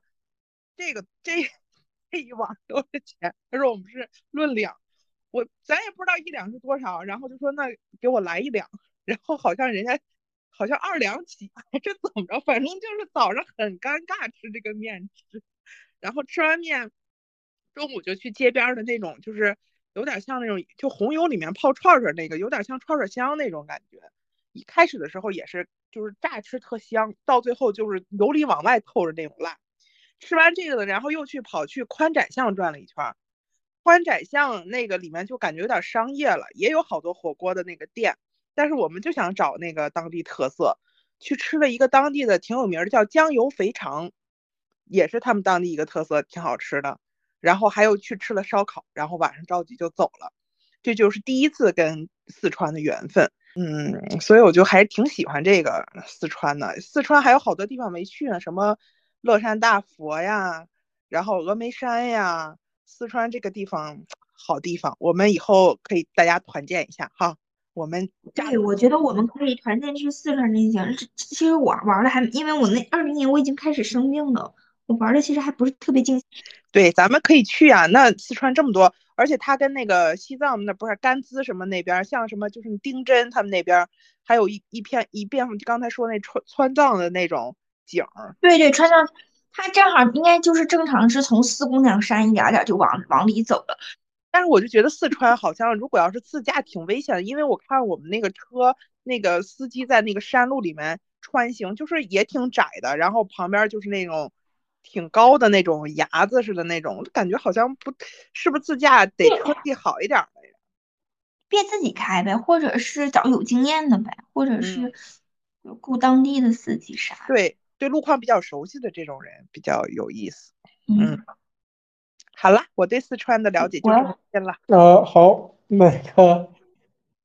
这一碗多少钱？他说我们是论两，咱也不知道1两是多少，然后就说那给我来1两，然后好像人家好像2两起还是怎么着，反正就是早上很尴尬吃这个面吃，然后吃完面，中午就去街边的那种，就是有点像那种就红油里面泡串串那个，有点像串串香那种感觉。一开始的时候也是就是乍吃特香，到最后就是油里往外透着那种辣。吃完这个的，然后又跑去宽窄巷转了一圈。宽窄巷那个里面就感觉有点商业了，也有好多火锅的那个店，但是我们就想找那个当地特色，去吃了一个当地的挺有名的叫酱油肥肠，也是他们当地一个特色，挺好吃的。然后还有去吃了烧烤，然后晚上着急就走了。这就是第一次跟四川的缘分。所以我就还挺喜欢这个四川的。四川还有好多地方没去呢，什么乐山大佛呀，然后峨眉山呀。四川这个地方好地方，我们以后可以大家团建一下哈。我们对，我觉得我们可以团建去四川旅行。其实我玩的还，因为我那20年我已经开始生病了，我玩的其实还不是特别尽兴。 对，咱们可以去啊。那四川这么多，而且它跟那个西藏那不是甘孜什么那边，像什么就是丁真他们那边，还有一片刚才说那川藏的那种景儿。 对对，川藏，它正好应该就是正常是从四姑娘山一点点就往里走了。 但是我就觉得四川好像如果要是自驾挺危险的，因为我看我们那个车那个司机在那个山路里面穿行，就是也挺窄的，然后旁边就是那种挺高的那种崖子似的那种，感觉好像不是不是自驾得车技好一点的呀？ 别自己开呗，或者是找有经验的呗，或者是雇当地的司机啥的。 对对，路况比较熟悉的这种人比较有意思。 嗯， 好了，我对四川的了解就我这么些了。 好，那个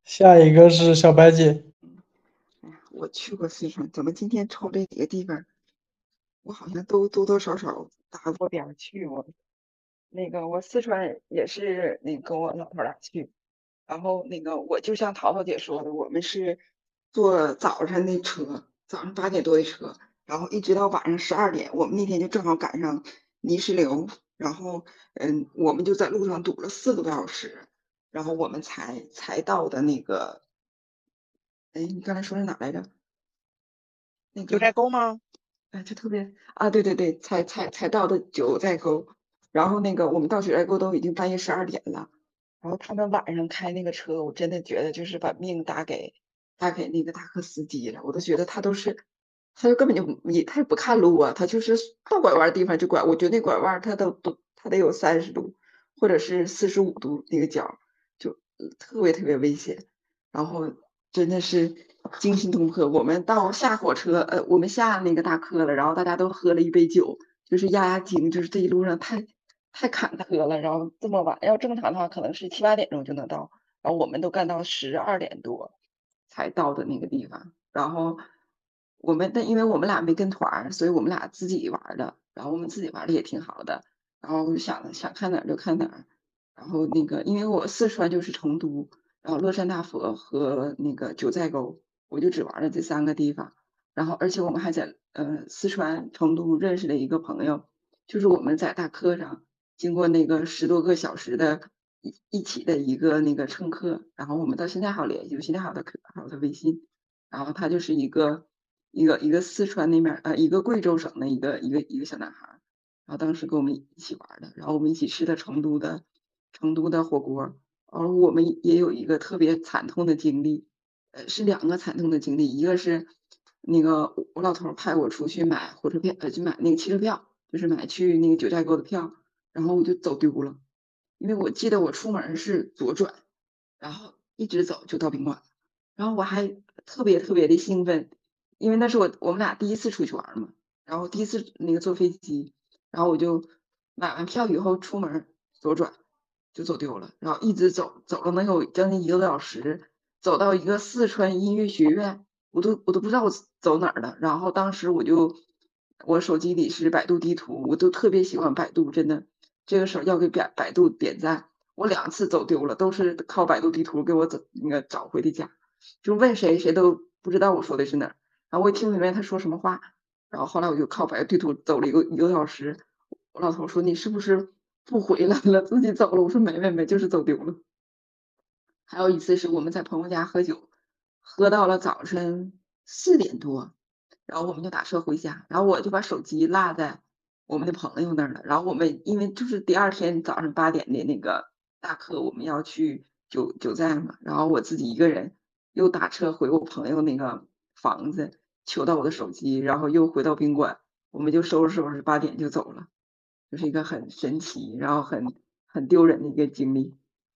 下一个是小白姐。 哎呀，我去过四川，怎么今天抽这几个地方，我好像都多多少少打过点儿去过。那个我四川也是跟我老头俩去，然后我就像淘淘姐说的，我们是坐早上的车，早上8点多的车，然后一直到晚上12点，我们那天就正好赶上泥石流，然后我们就在路上堵了4个多小时，然后我们才到的哎，你刚才说是哪来着？ 九寨沟吗？ 哎，就特别啊，对对对，才到的九寨沟，然后我们到九寨沟都已经半夜12点了，然后他们晚上开那个车，我真的觉得就是把命打给那个大客司机了，我都觉得他就根本就他也不看路啊，他就是到拐弯的地方就拐，我觉得那拐弯他得有30度或者是45度那个角，就特别特别危险，然后真的是惊心动魄。我们到下火车，我们下那个大客了，然后大家都喝了一杯酒，就是压惊，就是这一路上太坎坷了。然后这么晚，要正常的话可能是7、8点钟就能到，然后我们都干到12点多才到的那个地方。然后因为我们俩没跟团，所以我们俩自己玩的，然后我们自己玩的也挺好的，然后想看哪儿就看哪儿。然后因为我四川就是成都，然后乐山大佛和九寨沟，我就只玩了这3个地方。然后而且我们还在四川成都认识了一个朋友，就是我们在大客上经过10多个小时的一起的一个乘客，然后我们到现在还有联系，我现在还有他微信。然后他就是一个四川那边一个贵州省的一个小男孩，然后当时跟我们一起玩的，然后我们一起吃的成都的火锅，然后我们也有一个特别惨痛的经历，是2个惨痛的经历，一个是我老头派我出去买火车票，去买汽车票，就是买去九寨沟的票，然后我就走丢了，因为我记得我出门是左转，然后一直走就到宾馆，然后我还特别特别的兴奋，因为那是我们俩第一次出去玩嘛，然后第一次坐飞机，然后我就买完票以后出门左转就走丢了，然后一直走了能有将近1个多小时，走到一个四川音乐学院，我都不知道我走哪儿了，然后当时我手机里是百度地图，我都特别喜欢百度，真的这个时候要给百度点赞。我2次走丢了，都是靠百度地图给我找回的家，就问谁谁都不知道我说的是哪儿，然后我也听不明白他说什么话，然后后来我就靠百度地图走了一个小时，我老头说你是不是不回来了，自己走了？我说没，就是走丢了。还有一次是我们在朋友家喝酒，喝到了早晨4点多，然后我们就打车回家，然后我就把手机落在我们的朋友那儿了。然后我们因为就是第二天早上8点的那个大课，我们要去九寨嘛，然后我自己一个人又打车回我朋友那个房子，求到我的手机，然后又回到宾馆，我们就收拾8点就走了，就是一个很神奇，然后很丢人的一个经历。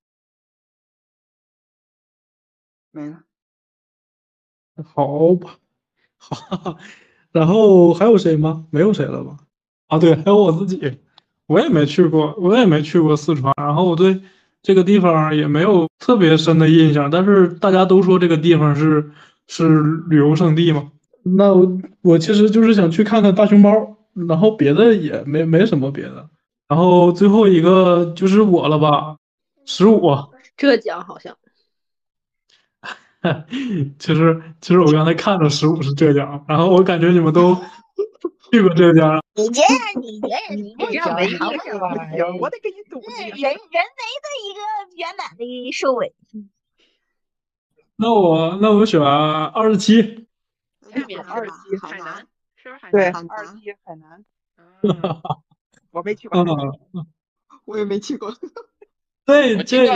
没了。 好吧，好，然后还有谁吗？没有谁了吧？啊，对，还有我自己，我也没去过四川，然后我对这个地方也没有特别深的印象，但是大家都说这个地方是旅游胜地嘛。那我其实就是想去看看大熊猫，然后别的也没什么别的。然后最后一个就是我了吧，15。 浙江好像。 其实我刚才看着15是浙江，然后我感觉你们都去过浙江。 你这样文艺是吧？我得给你堵人为的一个圆满的收尾。 那我选27。 27 海南，是不是海南？ 对 27 海南。我没去过海南。 我也没去过。 这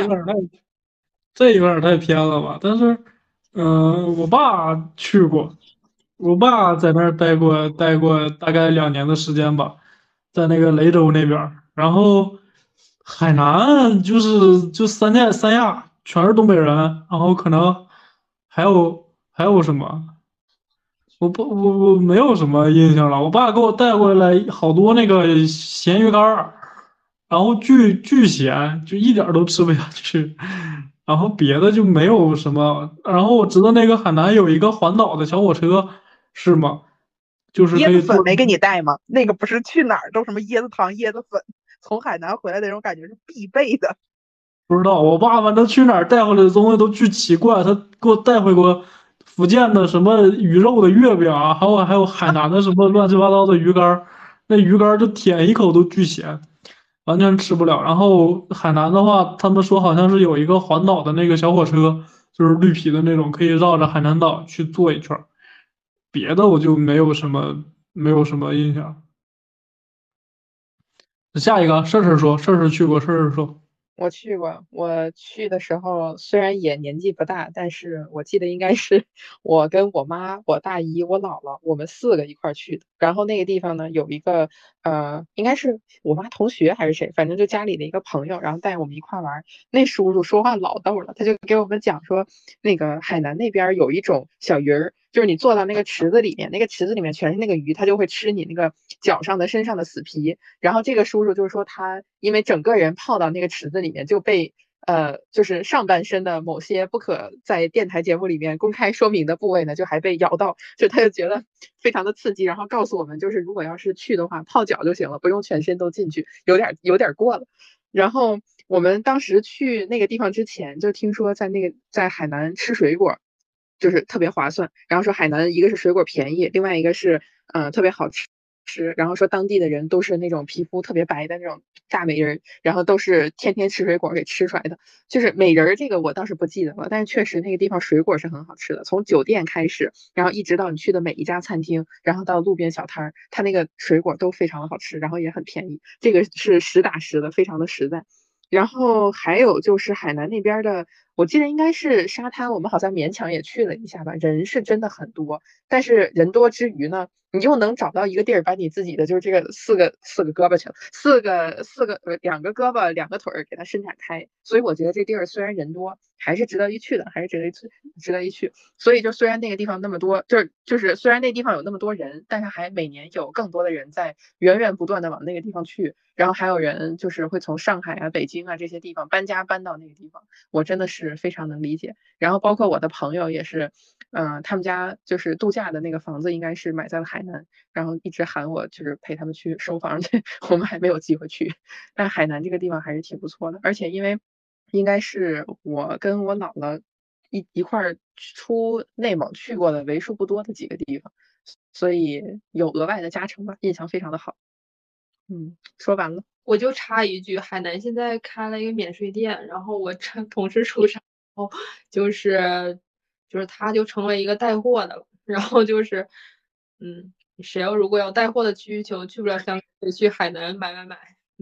有点太偏了吧？但是，我爸去过，我爸在那儿待过大概2年的时间吧，在那个雷州那边儿。然后海南就三亚全是东北人，然后可能还有什么，我没有什么印象了。我爸给我带回来好多那个咸鱼干儿，然后巨咸，就一点儿都吃不下去。 然后别的就没有什么。然后我知道那个海南有一个环岛的小火车，是吗？就是可椰以坐。 子粉没给你带吗？那个不是去哪儿都什么椰子汤、椰子粉，从海南回来的那种感觉是必备的。 不知道，我爸反正去哪儿带回来的东西都巨奇怪，他给我带回过福建的什么鱼肉的月饼啊，还有海南的什么乱七八糟的鱼干儿，那鱼干儿就舔一口都巨咸，完全吃不了。然后海南的话，他们说好像是有一个环岛的那个小火车，就是绿皮的那种，可以绕着海南岛去坐一圈儿。别的我就没有什么印象。下一个事儿说，事儿去过，事儿说。 我去过，我去的时候虽然也年纪不大，但是我记得应该是我跟我妈、我大姨、我姥姥，我们4个一块儿去的。然后那个地方呢，有一个应该是我妈同学还是谁，反正就家里的一个朋友，然后带我们一块儿玩儿。那叔叔说话老逗了，他就给我们讲说，那个海南那边儿有一种小鱼儿，就是你坐到那个池子里面，那个池子里面全是那个鱼，它就会吃你那个脚上的、身上的死皮。然后这个叔叔就是说，他因为整个人泡到那个池子里面，就被就是上半身的某些不可在电台节目里面公开说明的部位呢，就还被咬到，就他就觉得非常的刺激，然后告诉我们，就是如果要是去的话，泡脚就行了，不用全身都进去，有点过了。然后我们当时去那个地方之前，就听说在海南吃水果，就是特别划算。然后说海南一个是水果便宜，另外一个是特别好吃。然后说当地的人都是那种皮肤特别白的那种大美人，然后都是天天吃水果给吃出来的。就是美人这个我倒是不记得了，但是确实那个地方水果是很好吃的，从酒店开始，然后一直到你去的每一家餐厅，然后到路边小摊儿，它那个水果都非常的好吃，然后也很便宜，这个是实打实的，非常的实在。然后还有就是海南那边的，我记得应该是沙滩，我们好像勉强也去了一下吧，人是真的很多，但是人多之余呢，你又能找到一个地儿，把你自己的就是这个四个胳膊去了，两个胳膊两个腿儿给它伸展开，所以我觉得这地儿虽然人多，还是值得一去的，还是值得一去。所以就虽然那个地方那么多，就是虽然那地方有那么多人，但是还每年有更多的人在源源不断的往那个地方去，然后还有人就是会从上海啊、北京啊这些地方搬家搬到那个地方，我真的是非常能理解。然后包括我的朋友也是，他们家就是度假的那个房子应该是买在了海南，然后一直喊我就是陪他们去收房去，我们还没有机会去。但海南这个地方还是挺不错的，而且因为应该是我跟我姥姥一块儿出内蒙去过的为数不多的几个地方，所以有额外的加成吧，印象非常的好。说完了。 我就插一句，海南现在开了一个免税店，然后我同事出差，然后就是他就成为一个带货的了，然后就是谁如果有带货的需求，去不了香港，可以去海南买。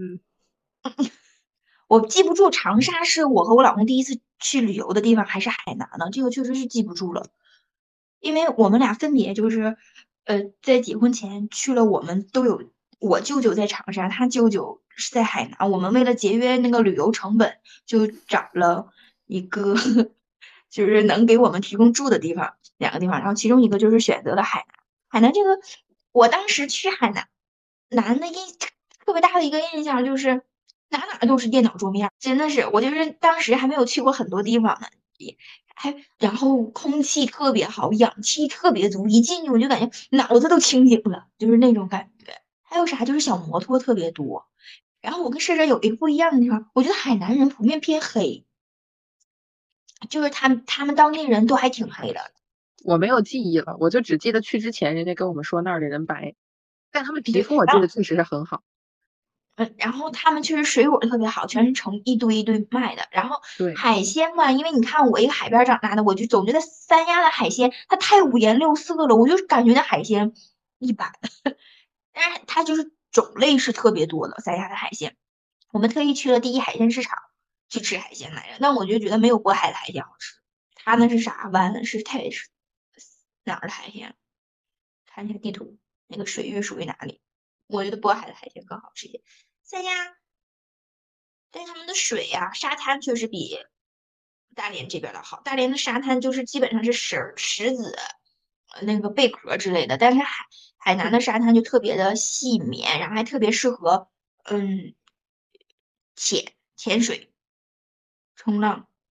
我记不住长沙是我和我老公第一次去旅游的地方，还是海南呢？这个确实是记不住了，因为我们俩分别就是在结婚前去了，我们都有。我舅舅在长沙，他舅舅是在海南。我们为了节约那个旅游成本，就找了一个就是能给我们提供住的地方，两个地方，然后其中一个就是选择了海南。海南这个，我当时去海南的特别大的一个印象就是哪都是电脑桌面，真的是，我就是当时还没有去过很多地方呢，然后空气特别好，氧气特别足，一进去我就感觉脑子都清醒了，就是那种感觉。还有啥？就是小摩托特别多。然后我跟社长有一个不一样的地方，我觉得海南人普遍偏黑，就是他们当地人都还挺黑的。 我没有记忆了，我就只记得去之前人家跟我们说那儿的人白，但他们皮对， 肤我记得确实是很好。 然后他们确实水果特别好，全是成一堆一堆卖的。然后对， 海鲜嘛，因为你看我一个海边长大的，我就总觉得三亚的海鲜它太五颜六色了，我就感觉那海鲜一般。但是它就是种类是特别多的，三亚的海鲜。我们特意去了第一海鲜市场去吃海鲜来着，但我就觉得没有渤海的海鲜好吃。它那是啥湾？是哪儿的海鲜？看一下地图，那个水域属于哪里？我觉得渤海的海鲜更好吃一些。三亚，但是他们的水呀、沙滩确实比大连这边的好。大连的沙滩就是基本上是石子、那个贝壳之类的，但是海南的沙滩就特别的细绵，然后还特别适合潜水、冲浪。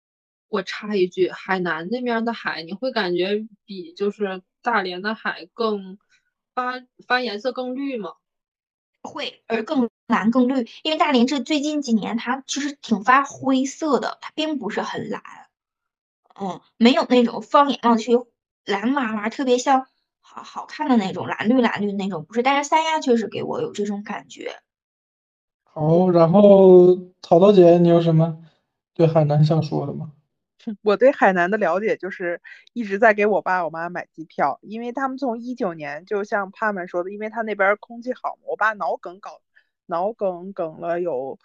我插一句，海南那边的海，你会感觉比就是大连的海更发颜色更绿吗？ 会，而更蓝更绿，因为大连这最近几年它其实挺发灰色的，它并不是很蓝，没有那种放眼望去蓝娃娃，特别像好看的那种蓝绿蓝绿那种，不是，但是三亚确实给我有这种感觉。 好，然后草豆姐，你有什么对海南想说的吗？ 我对海南的了解就是一直在给我爸我妈买机票，因为他们从19年，就像帕们说的，因为他那边空气好，我爸脑梗了有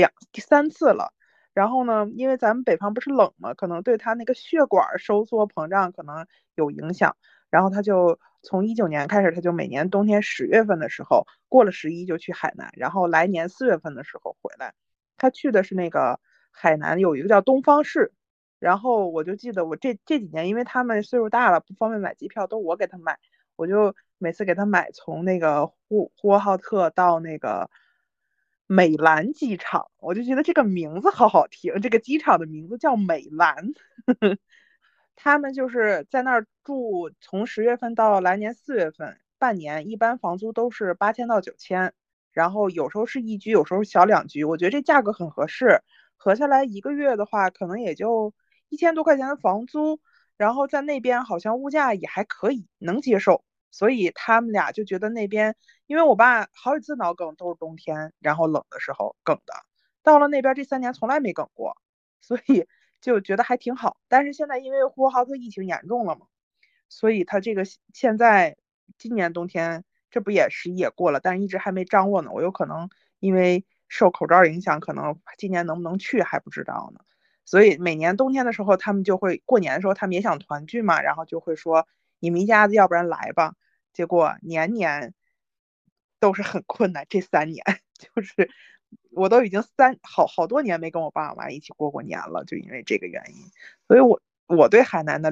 3次了。然后呢，因为咱们北方不是冷嘛，可能对他那个血管收缩膨胀可能有影响。然后他就从19年开始，他就每年冬天10月份的时候，过了11就去海南，然后来年4月份的时候回来。他去的是那个海南有一个叫东方市。然后我就记得我这几年，因为他们岁数大了，不方便买机票，都我给他买，我就每次给他买从那个呼和浩特到那个美兰机场，我就觉得这个名字好好听，这个机场的名字叫美兰。他们就是在那儿住，从10月份到来年4月份，半年，一般房租都是8000到9000，然后有时候是1居，有时候小2居，我觉得这价格很合适，合下来1个月的话，可能也就1000多块钱的房租，然后在那边好像物价也还可以，能接受，所以他们俩就觉得那边，因为我爸好几次脑梗都是冬天，然后冷的时候梗的，到了那边这3年从来没梗过，所以就觉得还挺好。但是现在因为呼和浩特疫情严重了嘛，所以他这个现在今年冬天这不也11也过了，但是一直还没张罗呢，我有可能因为受口罩影响，可能今年能不能去还不知道呢。所以每年冬天的时候，他们就会过年的时候，他们也想团聚嘛，然后就会说你们一家子要不然来吧。结果年年都是很困难，这3年就是我都已经好多年没跟我爸我妈一起过年了，就因为这个原因。所以我对海南的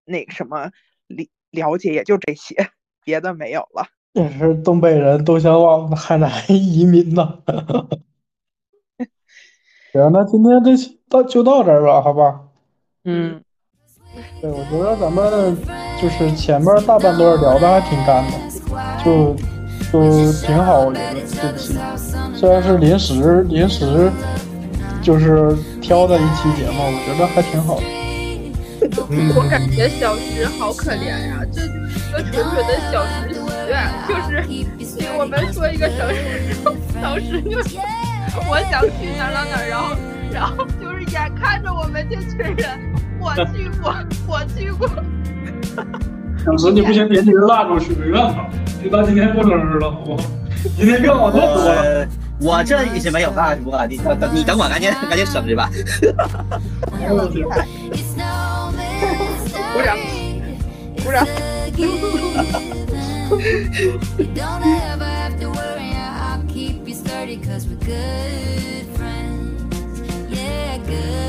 了解也就这些，别的没有了。 也是东北人都想往海南移民呢。行，那今天这期就到这儿吧，好吧？对，我觉得咱们就是前面大半段聊的还挺干的，就挺好，我觉得这期虽然是临时就是挑的一期节目，我觉得还挺好的。 我感觉小石好可怜呀，这就是一个纯纯的小石喜悦，就是听我们说一个城市，小石就我想去哪儿，然后就是眼看着我们这群人，我去过。 小石，你不行，点几个蜡烛许个愿吧，就当今天过生日了，好不好？今天愿望太多了。 我这里是没有蜡烛啊，你等我赶紧省着吧。 鼓掌，鼓掌。 Cause we're good friends, yeah, good